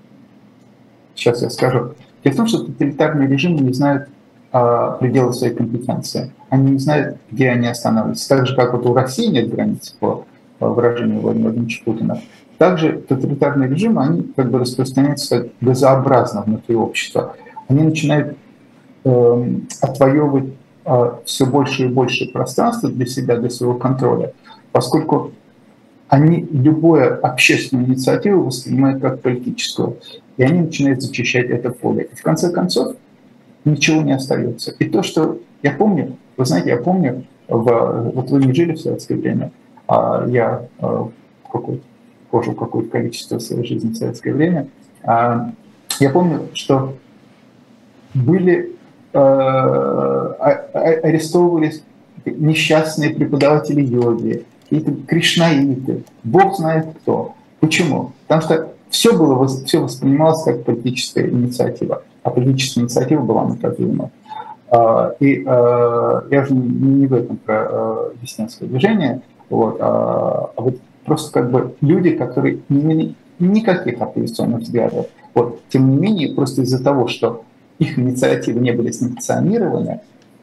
Сейчас я скажу. Дело в том, что тоталитарные режимы не знают а, пределы своей компетенции. Они не знают, где они останавливаются. Так же, как вот у России нет границ, по, по выражению Владимира Владимировича Путина, также тоталитарные режимы, они как бы распространяются газообразно внутри общества. Они начинают э, отвоевывать э, все больше и больше пространства для себя, для своего контроля, поскольку они любую общественную инициативу воспринимают как политическую, и они начинают зачищать это поле. И в конце концов ничего не остается. И то, что я помню, вы знаете, я помню, в, вот вы не жили в советское время, а я в какое-то, прожил какое-то количество своей жизни в советское время, а, я помню, что были, а, арестовывались несчастные преподаватели йоги, какие-то кришнаиты, бог знает кто. Почему? Потому что все, было, все воспринималось как политическая инициатива, а политическая инициатива была наказуема. И я же не в этом про диссидентское движение, вот, а вот просто как бы люди, которые не имели никаких оппозиционных взглядов, вот, тем не менее, просто из-за того, что их инициативы не были санкционированы,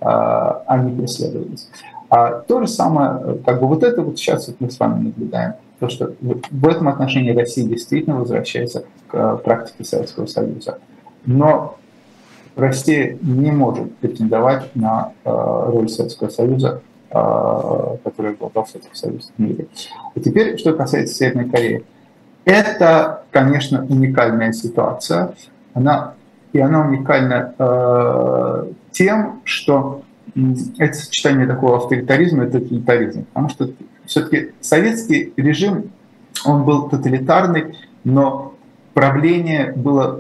они преследовались. А то же самое, как бы вот это вот сейчас вот мы с вами наблюдаем, то, что в этом отношении Россия действительно возвращается к практике Советского Союза. Но Россия не может претендовать на роль Советского Союза, который обладал Советский Союз в мире. И теперь, что касается Северной Кореи. Это, конечно, уникальная ситуация. Она, и она уникальна э, тем, что это сочетание такого авторитаризма и тоталитаризма. Потому что все-таки советский режим, он был тоталитарный, но правление было,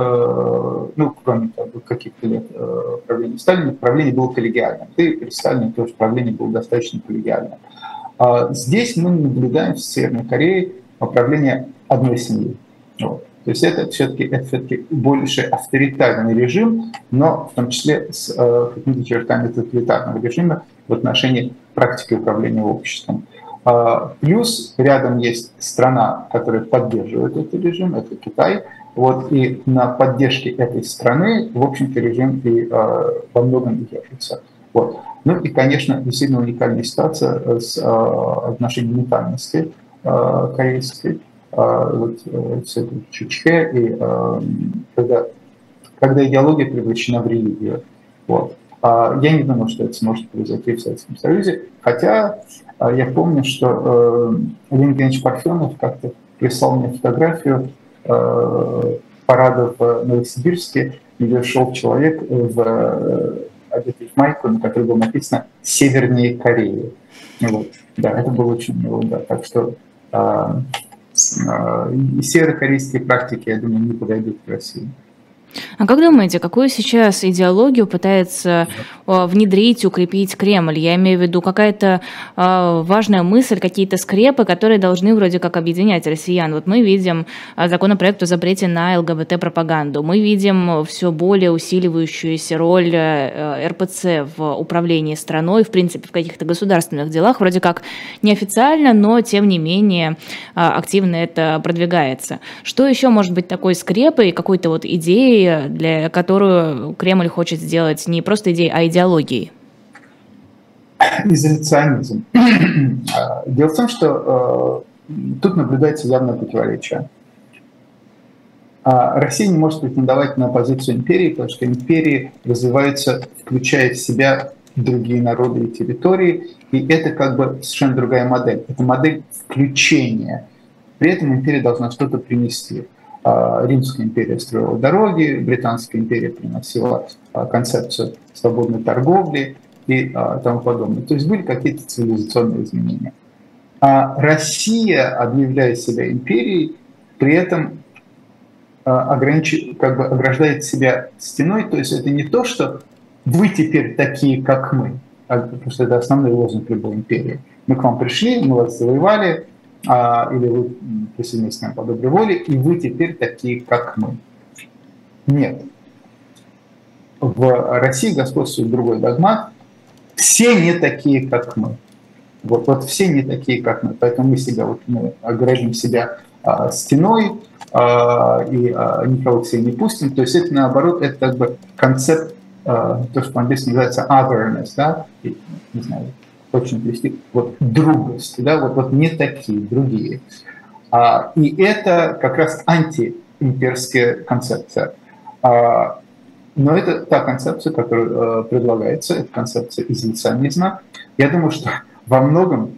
э, ну, кроме того, каких-то лет э, правления Сталина, правление было коллегиальным. И при Сталине тоже правление было достаточно коллегиальным. А здесь мы наблюдаем в Северной Корее управление одной семьи. Вот. То есть это все-таки, это все-таки больше авторитарный режим, но в том числе с э, какими-то чертами тоталитарного режима в отношении практики управления обществом. А, плюс рядом есть страна, которая поддерживает этот режим, это Китай. Вот, и на поддержке этой страны, в общем-то, режим и э, во многом и держится. Вот. Ну и, конечно, действительно уникальная ситуация с э, отношением ментальности э, корейской. Вот, все это чучхе, и когда, когда идеология превращена в религию. Вот. Я не думаю, что это сможет произойти в Советском Союзе, хотя я помню, что Леонид Ильич Парфенов как-то прислал мне фотографию парада в Новосибирске, где шел человек, в, одетый в майку, на которой было написано «Севернее Кореи». Вот. Да, это было очень мило, да. Так что и северокорейские практики, я думаю, не подойдут к России. А как думаете, какую сейчас идеологию пытается внедрить, укрепить Кремль? Я имею в виду какая-то важная мысль, какие-то скрепы, которые должны вроде как объединять россиян. Вот мы видим законопроект о запрете на ЛГБТ-пропаганду, мы видим все более усиливающуюся роль эр пэ цэ в управлении страной, в принципе, в каких-то государственных делах, вроде как неофициально, но тем не менее активно это продвигается. Что еще может быть такой скрепой, какой-то вот идеей, империи, для которую Кремль хочет сделать не просто идеей, а идеологией? Изоляционизм. Дело в том, что э, тут наблюдается явное противоречие. Россия не может претендовать на позицию империи, потому что империи развиваются, включая в себя другие народы и территории, и это как бы совершенно другая модель. Это модель включения. При этом империя должна что-то принести. Римская империя строила дороги, Британская империя приносила концепцию свободной торговли и тому подобное. То есть были какие-то цивилизационные изменения. А Россия, объявляя себя империей, при этом ограничивает, как бы ограждает себя стеной. То есть это не то, что вы теперь такие, как мы, потому что это основной лозунг любой империи. Мы к вам пришли, мы вас завоевали, а, или вы присоединились к нам по доброй воле, и вы теперь такие, как мы. Нет. В России господствует другой догмат. Все не такие, как мы. Вот, вот все не такие, как мы. Поэтому мы себя, вот, мы ограждаем себя а, стеной, а, и а, никого к себе не пустим. То есть это, наоборот, это как бы концепт, а, то, что по-английски называется otherness, да, и, не знаю, точно перевести, вот другость, да, вот, вот не такие, другие. А, и это как раз антиимперская концепция. А, но это та концепция, которая э, предлагается, это концепция изоляционизма. Я думаю, что во многом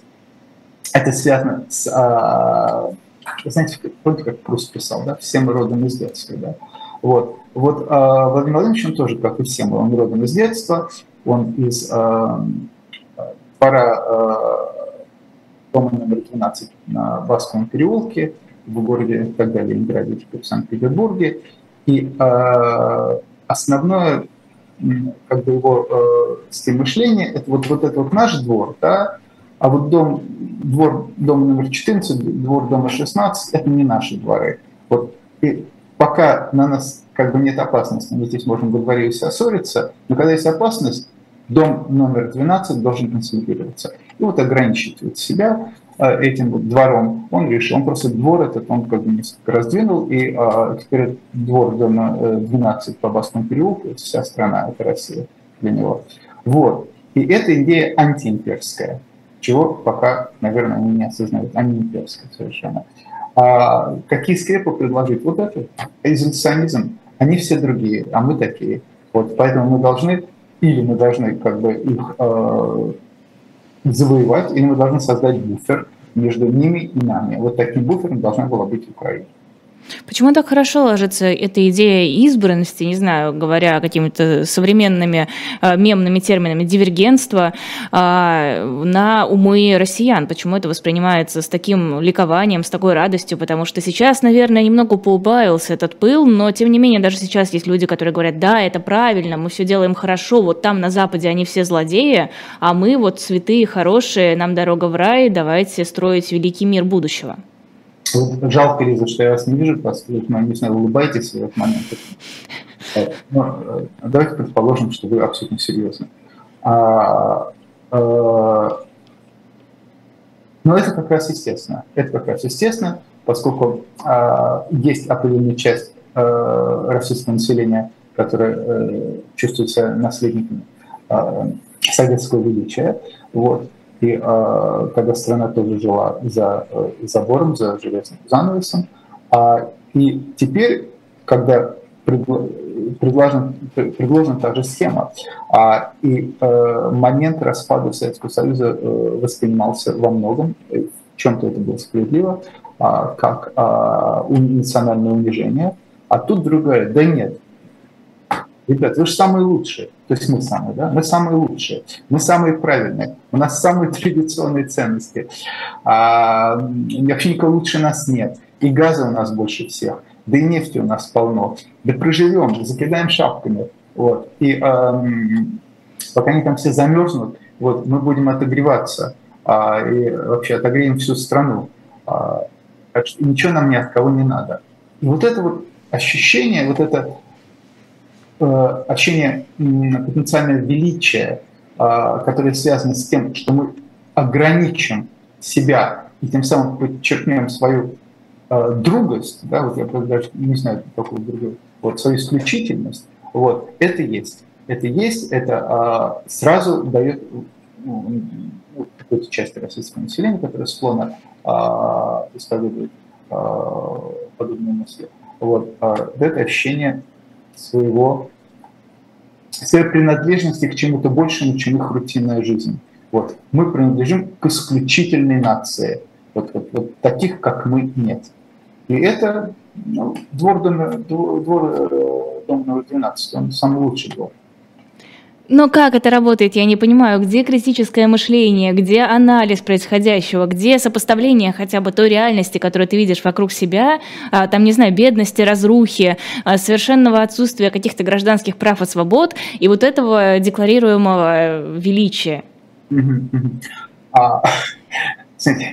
это связано с, а, знаете, помните, как Пруст писал, да, все мы родом из детства, да. Вот, вот а, Владимир Владимирович, он тоже, как и все мы, он родом из детства, он из а, пара а, дома номер двенадцать на Басковом переулке в городе, тогда Ленинграде, теперь в Санкт-Петербурге, и а, основное, как бы его э, стиль мышления, это вот, вот это вот наш двор, да, а вот дом, двор дома номер четырнадцать, двор дома шестнадцать, это не наши дворы. Вот, и пока на нас как бы нет опасности, мы здесь можем во дворе все ссориться, но когда есть опасность, дом номер двенадцать должен консолидироваться. И вот ограничивать себя э, этим вот двором он решил. Он просто двор этот, он как бы несколько раздвинул, и э, теперь двор дома двенадцать по Басковому переулку, это вся страна, это Россия для него. Вот. И эта идея антиимперская, чего пока, наверное, они не осознают, антиимперская совершенно. А какие скрепы предложить? Вот это, изоляционизм. Они все другие, а мы такие. Вот, поэтому мы должны, или мы должны как бы их э, завоевать, или мы должны создать буфер между ними и нами. Вот таким буфером должна была быть Украина. Почему так хорошо ложится эта идея избранности, не знаю, говоря какими-то современными э, мемными терминами, дивергентства, э, на умы россиян? Почему это воспринимается с таким ликованием, с такой радостью? Потому что сейчас, наверное, немного поубавился этот пыл, но тем не менее даже сейчас есть люди, которые говорят, да, это правильно, мы все делаем хорошо, вот там на Западе они все злодеи, а мы вот святые, хорошие, нам дорога в рай, давайте строить великий мир будущего. Вот жалко, Лиза, что я вас не вижу, поскольку, не знаю, улыбаетесь в этот момент. Но давайте предположим, что вы абсолютно серьезны. А, а, но это как раз естественно. Это как раз естественно, поскольку а, есть определенная часть а, российского населения, которая а, чувствует себя наследниками а, советского величия. Вот. И э, когда страна тоже жила за э, забором, за железным занавесом. А, и теперь, когда предложена, предложена та же схема, а, и э, момент распада Советского Союза э, воспринимался во многом, в чем-то это было справедливо, а, как а, национальное унижение, а тут другое, да нет. Ребят, вы же самые лучшие. То есть мы самые, да? Мы самые лучшие. Мы самые правильные. У нас самые традиционные ценности. А, вообще никого лучше нас нет. И газа у нас больше всех. Да и нефти у нас полно. Да проживем, закидаем шапками. Вот. И а, пока они там все замерзнут, вот, мы будем отогреваться. А, и вообще отогреем всю страну. А, так что ничего нам ни от кого не надо. И вот это вот ощущение, вот это ощущение потенциального величия, которое связано с тем, что мы ограничим себя и тем самым подчеркнем свою э, другость, да, вот я даже не знаю, какую другую, вот свою исключительность, вот, это есть. Это есть, это э, сразу дает ну, какой-то части российского населения, которая склонна э, исповедовать э, подобные мысли. Вот, э, это ощущение своего, своей принадлежности к чему-то большему, чем их рутинная жизнь. Вот. Мы принадлежим к исключительной нации. Вот, вот, вот таких, как мы, нет. И это ну, двор, дома, двор, двор дома номер двенадцать, он самый лучший двор. Но как это работает, я не понимаю, где критическое мышление, где анализ происходящего, где сопоставление хотя бы той реальности, которую ты видишь вокруг себя, там, не знаю, бедности, разрухи, совершенного отсутствия каких-то гражданских прав и свобод, и вот этого декларируемого величия. А, смотрите,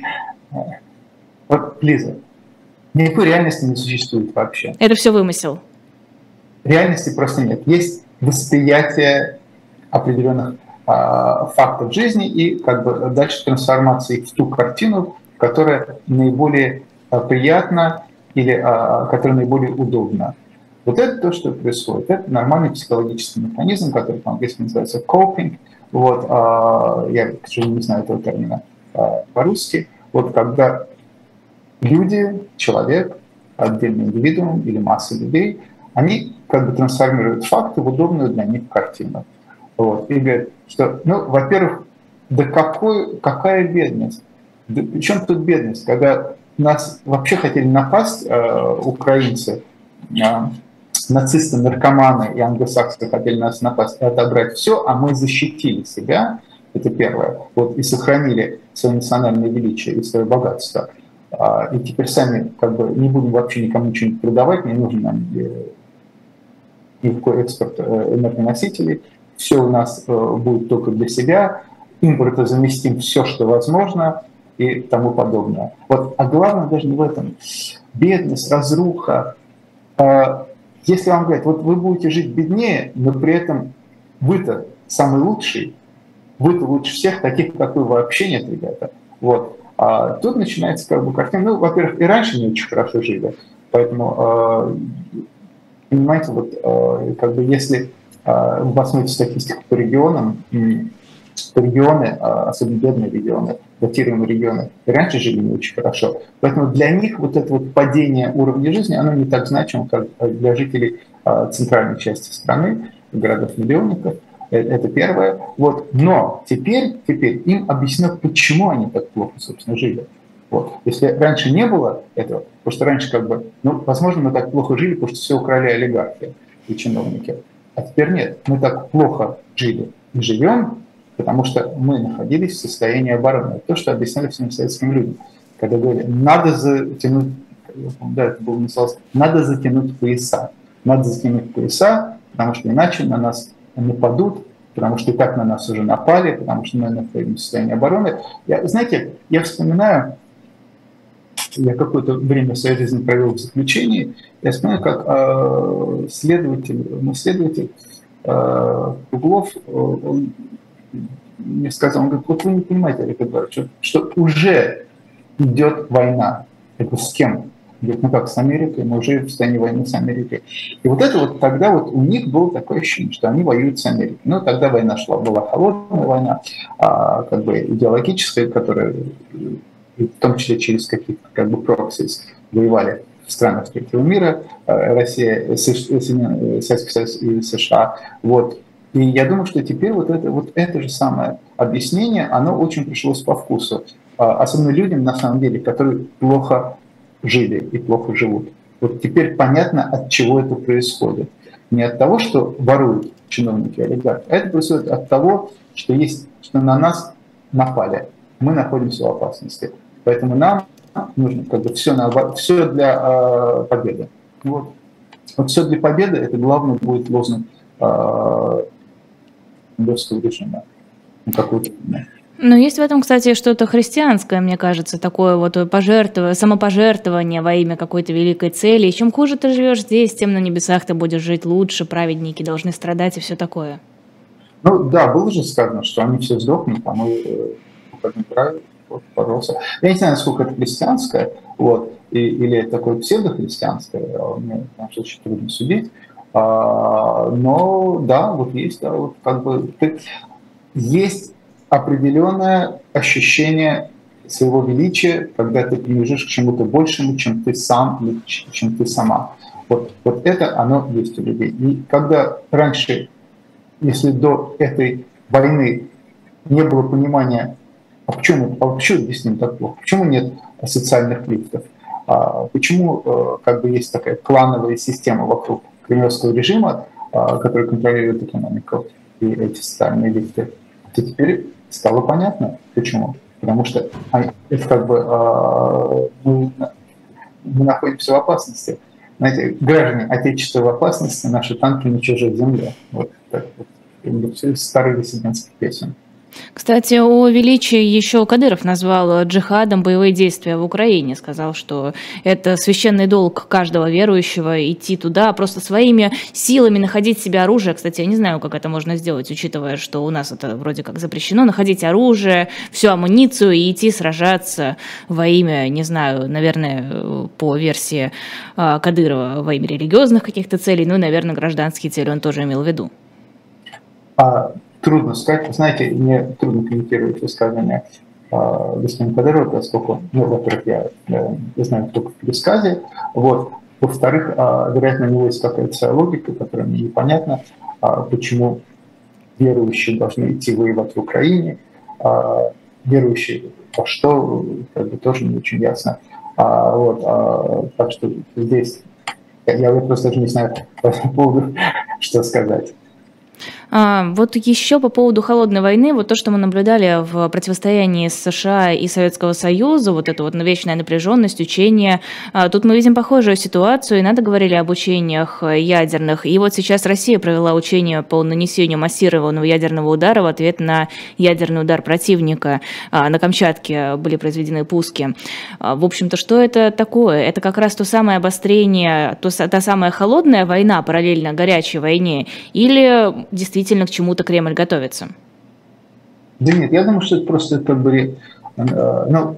вот, Лиза, никакой реальности не существует вообще. Это все вымысел. Реальности просто нет. Есть восприятие определенных а, фактов жизни и как бы дальше трансформации в ту картину, которая наиболее а, приятна или а, которая наиболее удобна. Вот это то, что происходит. Это нормальный психологический механизм, который по-английски называется coping. Вот, а, я, к сожалению, не знаю этого термина а, по-русски. Вот когда люди, человек, отдельный индивидуум или масса людей, они как бы трансформируют факты в удобную для них картину. Вот. И говорят, что, ну, во-первых, да какой, какая бедность? Да при чем тут бедность? Когда нас вообще хотели напасть э, украинцы, э, нацисты, наркоманы и англосаксы хотели нас напасть и отобрать все, а мы защитили себя, это первое, вот, и сохранили свое национальное величие и свое богатство. Э, и теперь сами как бы не будем вообще никому ничего продавать, не нужен нам э, никакой экспорт э, энергоносителей. Все у нас э, будет только для себя, импортозаместим все, что возможно и тому подобное. Вот, а главное даже не в этом. Бедность, разруха. Э, если вам говорят, вот вы будете жить беднее, но при этом вы-то самый лучший, вы-то лучше всех, таких, как вы, вообще нет, ребята. Вот. А тут начинается как бы картина. Ну, во-первых, и раньше не очень хорошо жили, поэтому, э, понимаете, вот э, как бы если вы посмотрите статистику по регионам, регионы, особенно бедные регионы, датируемые регионы, раньше жили не очень хорошо. Поэтому для них вот это вот падение уровня жизни, оно не так значимо, как для жителей центральной части страны, городов-миллионников. Это первое. Вот. Но теперь, теперь им объяснено, почему они так плохо, собственно, жили. Вот. Если раньше не было этого, потому что раньше как бы, ну, возможно, мы так плохо жили, потому что все украли олигархи и чиновники. А теперь нет, мы так плохо жили и живем, потому что мы находились в состоянии обороны. То, что объясняли всем советским людям. Когда говорили, надо затянуть, да, это было называлось, надо затянуть пояса. Надо затянуть пояса, потому что иначе на нас нападут, потому что и так на нас уже напали, потому что мы находимся в состоянии обороны. Я, знаете, я вспоминаю, я какое-то время в своей жизни провел в заключении, я вспоминаю, как э, следователь, мой следователь э, Круглов, он мне сказал, он говорит, вот вы не понимаете, Олег Эдуардович, что, что уже идет война. Я говорю, с кем? Говорит, ну как, с Америкой, мы уже в состоянии войны с Америкой. И вот это вот тогда вот у них было такое ощущение, что они воюют с Америкой. Ну тогда война шла, была холодная война, а, как бы идеологическая, которая в том числе через каких-то как бы проксис воевали в странах третьего мира, Россия, Советский Союз и США. Вот. И я думаю, что теперь вот это, вот это же самое объяснение, оно очень пришлось по вкусу. Особенно людям, на самом деле, которые плохо жили и плохо живут. Вот теперь понятно, от чего это происходит. Не от того, что воруют чиновники и олигархи, а это происходит от того, что, есть, что на нас напали. Мы находимся в опасности. Поэтому нам нужно как бы все, на, все для э, победы. Вот. Вот все для победы, это главное будет лозунг э, режима. Но есть в этом, кстати, что-то христианское, мне кажется, такое вот пожертвование, самопожертвование во имя какой-то великой цели. И чем хуже ты живешь здесь, тем на небесах ты будешь жить лучше, праведники должны страдать и все такое. Ну да, было же сказано, что они все сдохнут, а мы уходим правильно. Вот, пожалуйста. Я не знаю, насколько это христианское, вот, и, или это такое псевдохристианское, мне, конечно, очень трудно судить. А, но да, вот есть, да, вот как бы есть определенное ощущение своего величия, когда ты принадлежишь к чему-то большему, чем ты сам или чем ты сама. Вот, вот это оно есть у людей. И когда раньше, если до этой войны не было понимания, а почему, а почему здесь с ним так плохо, почему нет социальных лифтов, а почему как бы есть такая клановая система вокруг кремлевского режима, который контролирует экономику и эти социальные лифты, то теперь стало понятно, почему. Потому что это как бы мы, мы находимся в опасности. Знаете, граждане Отечества в опасности, наши танки на чужой земле. Вот так вот. Все из старых диссидентских песен. Кстати, о величии еще Кадыров назвал джихадом боевые действия в Украине. Сказал, что это священный долг каждого верующего идти туда, просто своими силами находить себе оружие. Кстати, я не знаю, как это можно сделать, учитывая, что у нас это вроде как запрещено. Находить оружие, всю амуницию и идти сражаться во имя, не знаю, наверное, по версии Кадырова, во имя религиозных каких-то целей, ну и, наверное, гражданские цели он тоже имел в виду. А... Трудно сказать, знаете, мне трудно комментировать высказывания э, господина Кадырова, поскольку, ну, во-первых, я, я, я знаю только в пересказе, вот, во-вторых, э, вероятно, у него есть какая-то своя логика, которая мне непонятна, э, почему верующие должны идти воевать в Украине, э, верующие во что, как бы, тоже не очень ясно. А, вот, а, так что здесь я, я просто даже не знаю по поводу, что сказать. А, вот еще по поводу холодной войны, вот то, что мы наблюдали в противостоянии США и Советского Союза, вот эта вот вечная напряженность, учения, а, тут мы видим похожую ситуацию, и надо говорили об учениях ядерных, и вот сейчас Россия провела учение по нанесению массированного ядерного удара в ответ на ядерный удар противника. А, на Камчатке были произведены пуски. А, в общем-то, что это такое? Это как раз то самое обострение, то, та самая холодная война, параллельно горячей войне, или действительно к чему-то Кремль готовится? Да нет, я думаю, что это просто как бы, ну,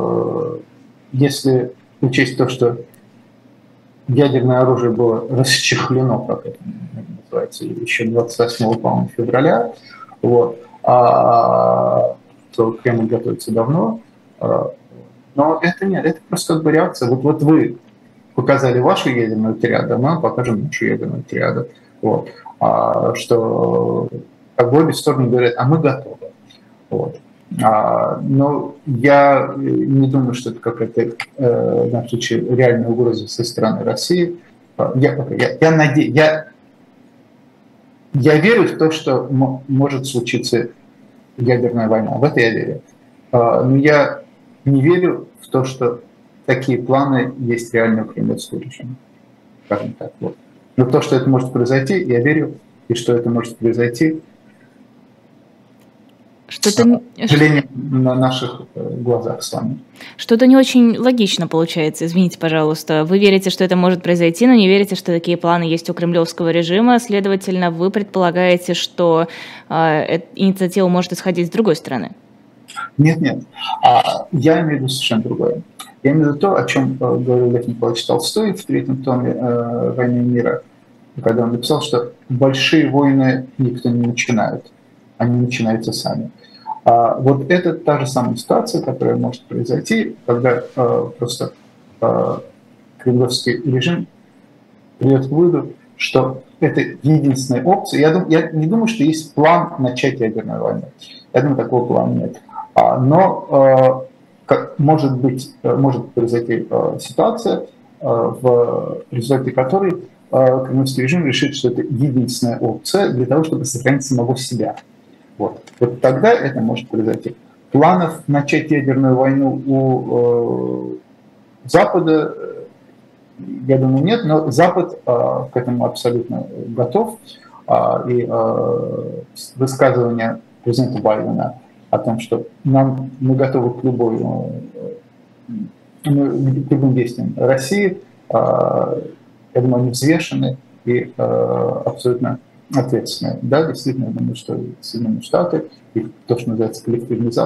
если учесть то, что ядерное оружие было расчехлено, как это называется, еще двадцать восьмого, по-моему, февраля, вот, а, то Кремль готовится давно, но это нет, это просто как бы реакция. Вот, вот вы показали вашу ядерную триаду, мы покажем нашу ядерную триаду. Вот. А, что как бы обе стороны говорят, а мы готовы. Вот. А, но я не думаю, что это какая-то э, в данном случае реальная угроза со стороны России. Я, я, я, наде... я, я верю в то, что м- может случиться ядерная война. В это я верю. А, но я не верю в то, что такие планы есть реально у кремлевского режима. Скажем так. Вот. Но то, что это может произойти, я верю, и что это может произойти, что-то, к сожалению, на наших глазах с вами. Что-то не очень логично получается, извините, пожалуйста. Вы верите, что это может произойти, но не верите, что такие планы есть у кремлевского режима. Следовательно, вы предполагаете, что э, инициатива может исходить с другой стороны? Нет, нет. А, я имею в виду совершенно другое. Я имею в виду то, о чем э, говорил Лев Николаевич Толстой в третьем томе э, «Войны и мира», когда он написал, что большие войны никто не начинает, они начинаются сами. А, вот это та же самая ситуация, которая может произойти, когда э, просто э, кремлевский режим придет к выводу, что это единственная опция. Я, дум, я не думаю, что есть план начать ядерную войну. Я думаю, такого плана нет. А, но э, как, может быть, может произойти э, ситуация, э, в результате которой э, кремлевский режим решит, что это единственная опция для того, чтобы сохранить самого себя. Вот. Вот тогда это может произойти. Планов начать ядерную войну у э, Запада, я думаю, нет, но Запад э, к этому абсолютно готов. Э, и э, высказывание президента Байдена о том, что нам, мы готовы к, любой, э, к любым действиям России, э, я думаю, они взвешены и э, абсолютно ответственные. Да, действительно, я думаю, что Соединенные Штаты и то, что называется коллективный Запад,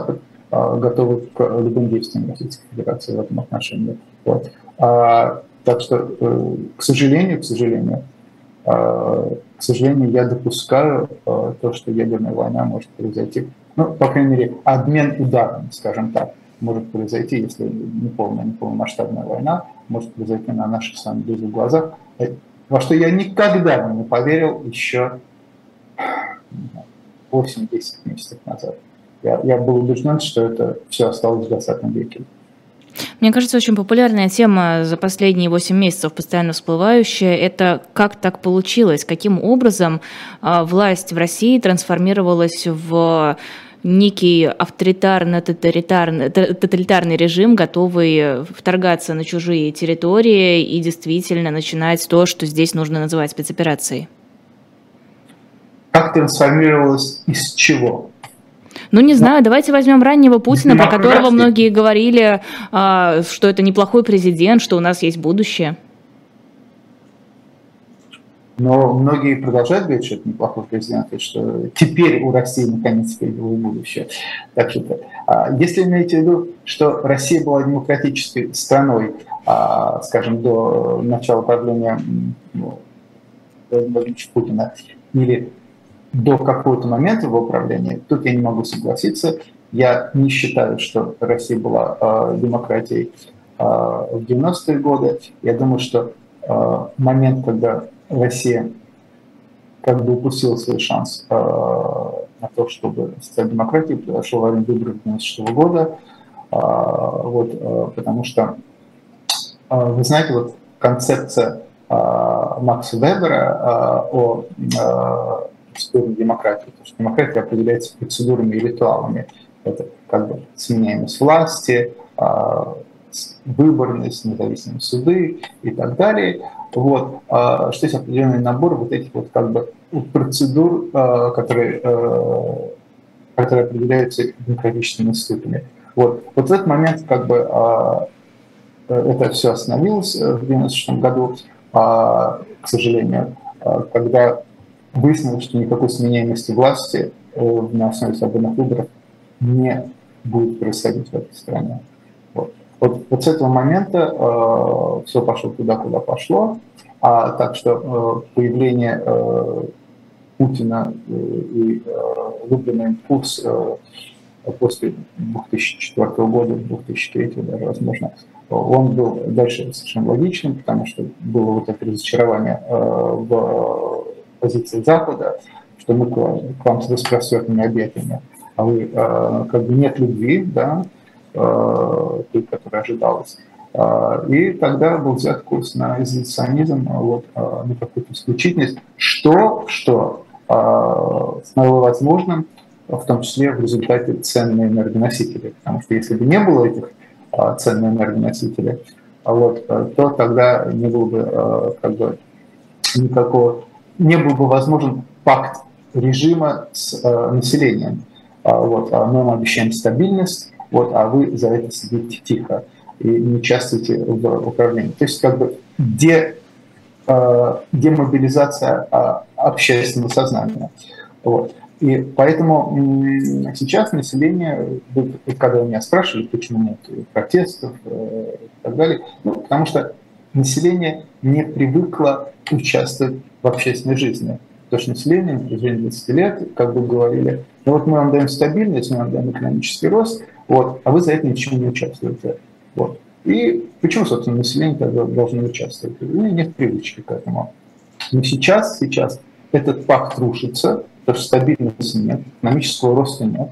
готовы к любым действиям Российской Федерации в этом отношении. Вот. А, так что, к сожалению, к сожалению, к сожалению, я допускаю то, что ядерная война может произойти. Ну, по крайней мере, обмен ударами, скажем так, может произойти, если не полная, не полномасштабная война, может произойти на наших с вами близких глазах, во что я никогда бы не поверил еще восемь-десять месяцев назад. Я, я был убежден, что это все осталось в двадцатом веке. Мне кажется, очень популярная тема за последние восемь месяцев, постоянно всплывающая, это как так получилось, каким образом власть в России трансформировалась в некий авторитарно-тоталитарный тоталитарный режим, готовый вторгаться на чужие территории и действительно начинать то, что здесь нужно называть спецоперацией. Как трансформировалось из чего? Ну, не знаю, давайте возьмем раннего Путина, про которого многие говорили, что это неплохой президент, что у нас есть будущее. Но многие продолжают говорить, что это неплохой президент, и что теперь у России наконец-то появилось будущее. Так что, если имеете в виду, что Россия была демократической страной, скажем, до начала правления Владимира Путина, или до какого-то момента его правления, тут я не могу согласиться. Я не считаю, что Россия была э, демократией э, в девяностые годы. Я думаю, что э, момент, когда Россия как бы упустила свой шанс э, на то, чтобы стать демократией, произошел во время выборов девяносто шестого года. Э, вот, э, потому что, э, вы знаете, вот концепция э, Макса Вебера э, о э, процедурной демократии. Потому что демократия определяется процедурами и ритуалами. Это как бы сменяемость власти, выборность, независимые суды и так далее. Вот. Что есть определенный набор вот этих вот как бы процедур, которые, которые определяются демократическими институтами. Вот. Вот в этот момент как бы это все остановилось в девяносто шестом году, к сожалению, когда выяснилось, что никакой сменяемости власти на основе свободных выборов не будет происходить в этой стране. Вот, вот, вот с этого момента э, все пошло туда, куда пошло. А, так что э, появление э, Путина э, и э, выбранный импульс э, после две тысячи четвёртого года, две тысячи третьего даже, возможно, он был дальше совершенно логичным, потому что было вот это разочарование э, в позиции Запада, что мы к вам, к вам с распростертыми объятиями, а вы э, как бы нет любви, да, э, той, которая ожидалась. Э, и тогда был взят курс на изоляционизм, вот, э, на какую-то исключительность, что, что э, стало возможным, в том числе в результате ценные энергоносители. Потому что если бы не было этих э, ценных энергоносителей, вот, э, то тогда не было бы э, как бы никакого не был бы возможен пакт режима с э, населением. А, вот, а мы вам обещаем стабильность, вот, а вы за это сидите тихо и не участвуете в управлении. То есть как бы де, э, демобилизация э, общественного сознания. Вот. И поэтому м- сейчас население, когда меня спрашивали, почему нет протестов э, и так далее, ну, потому что население не привыкло участвовать в общественной жизни. Потому что население на протяжении двадцати лет как бы говорили, ну вот мы вам даем стабильность, мы вам даем экономический рост, вот, а вы за это ничего не участвуете. Вот. И почему, собственно, население тогда должно участвовать? У меня нет привычки к этому. Но сейчас, сейчас этот пакт рушится, потому что стабильности нет, экономического роста нет.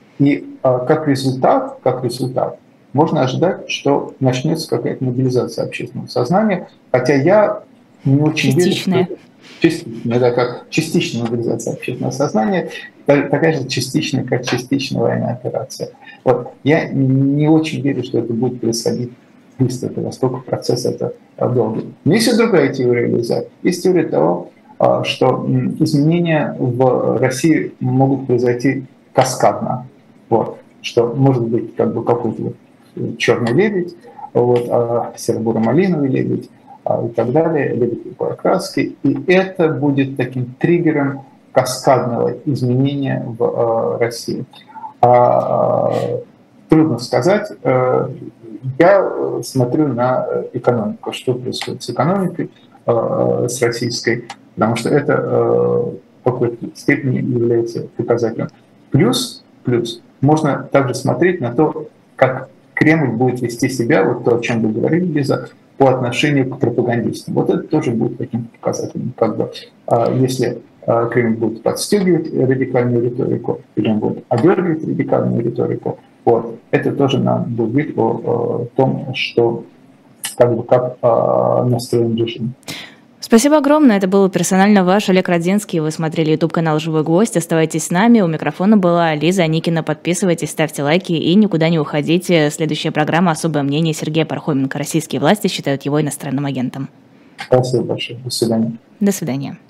И а, как результат, как результат, можно ожидать, что начнется какая-то мобилизация общественного сознания, хотя я не очень частичная. верю, что частичная, да, как частичная мобилизация общественного сознания, такая же частичная, как частичная военная операция. Вот. Я не очень верю, что это будет происходить быстро, поскольку процесс это долгий. Но есть и другая теория, Лиза. Есть теория того, что изменения в России могут произойти каскадно. Вот. Что может быть как бы какой-то черный лебедь, вот, а серо-буро-малиновый лебедь, а, и так далее, лебедь любой окраски. И это будет таким триггером каскадного изменения в а, России. А, Трудно сказать. Я смотрю на экономику, что происходит с экономикой, с российской, потому что это в какой-то степени является показателем. Плюс, плюс можно также смотреть на то, как Кремль будет вести себя, вот то, о чем вы говорили, Лиза, по отношению к пропагандистам. Вот это тоже будет таким показателем. Как бы, если Кремль будет подстегивать радикальную риторику, или он будет одергивать радикальную риторику, вот, это тоже нам будет говорить о, о том, что как бы как а, настроен режим. Спасибо огромное. Это был персонально ваш Олег Родзинский. Вы смотрели YouTube-канал «Живой гвоздь». Оставайтесь с нами. У микрофона была Лиза Аникина. Подписывайтесь, ставьте лайки и никуда не уходите. Следующая программа «Особое мнение» Сергея Пархоменко. Российские власти считают его иностранным агентом. Спасибо большое. До свидания. До свидания.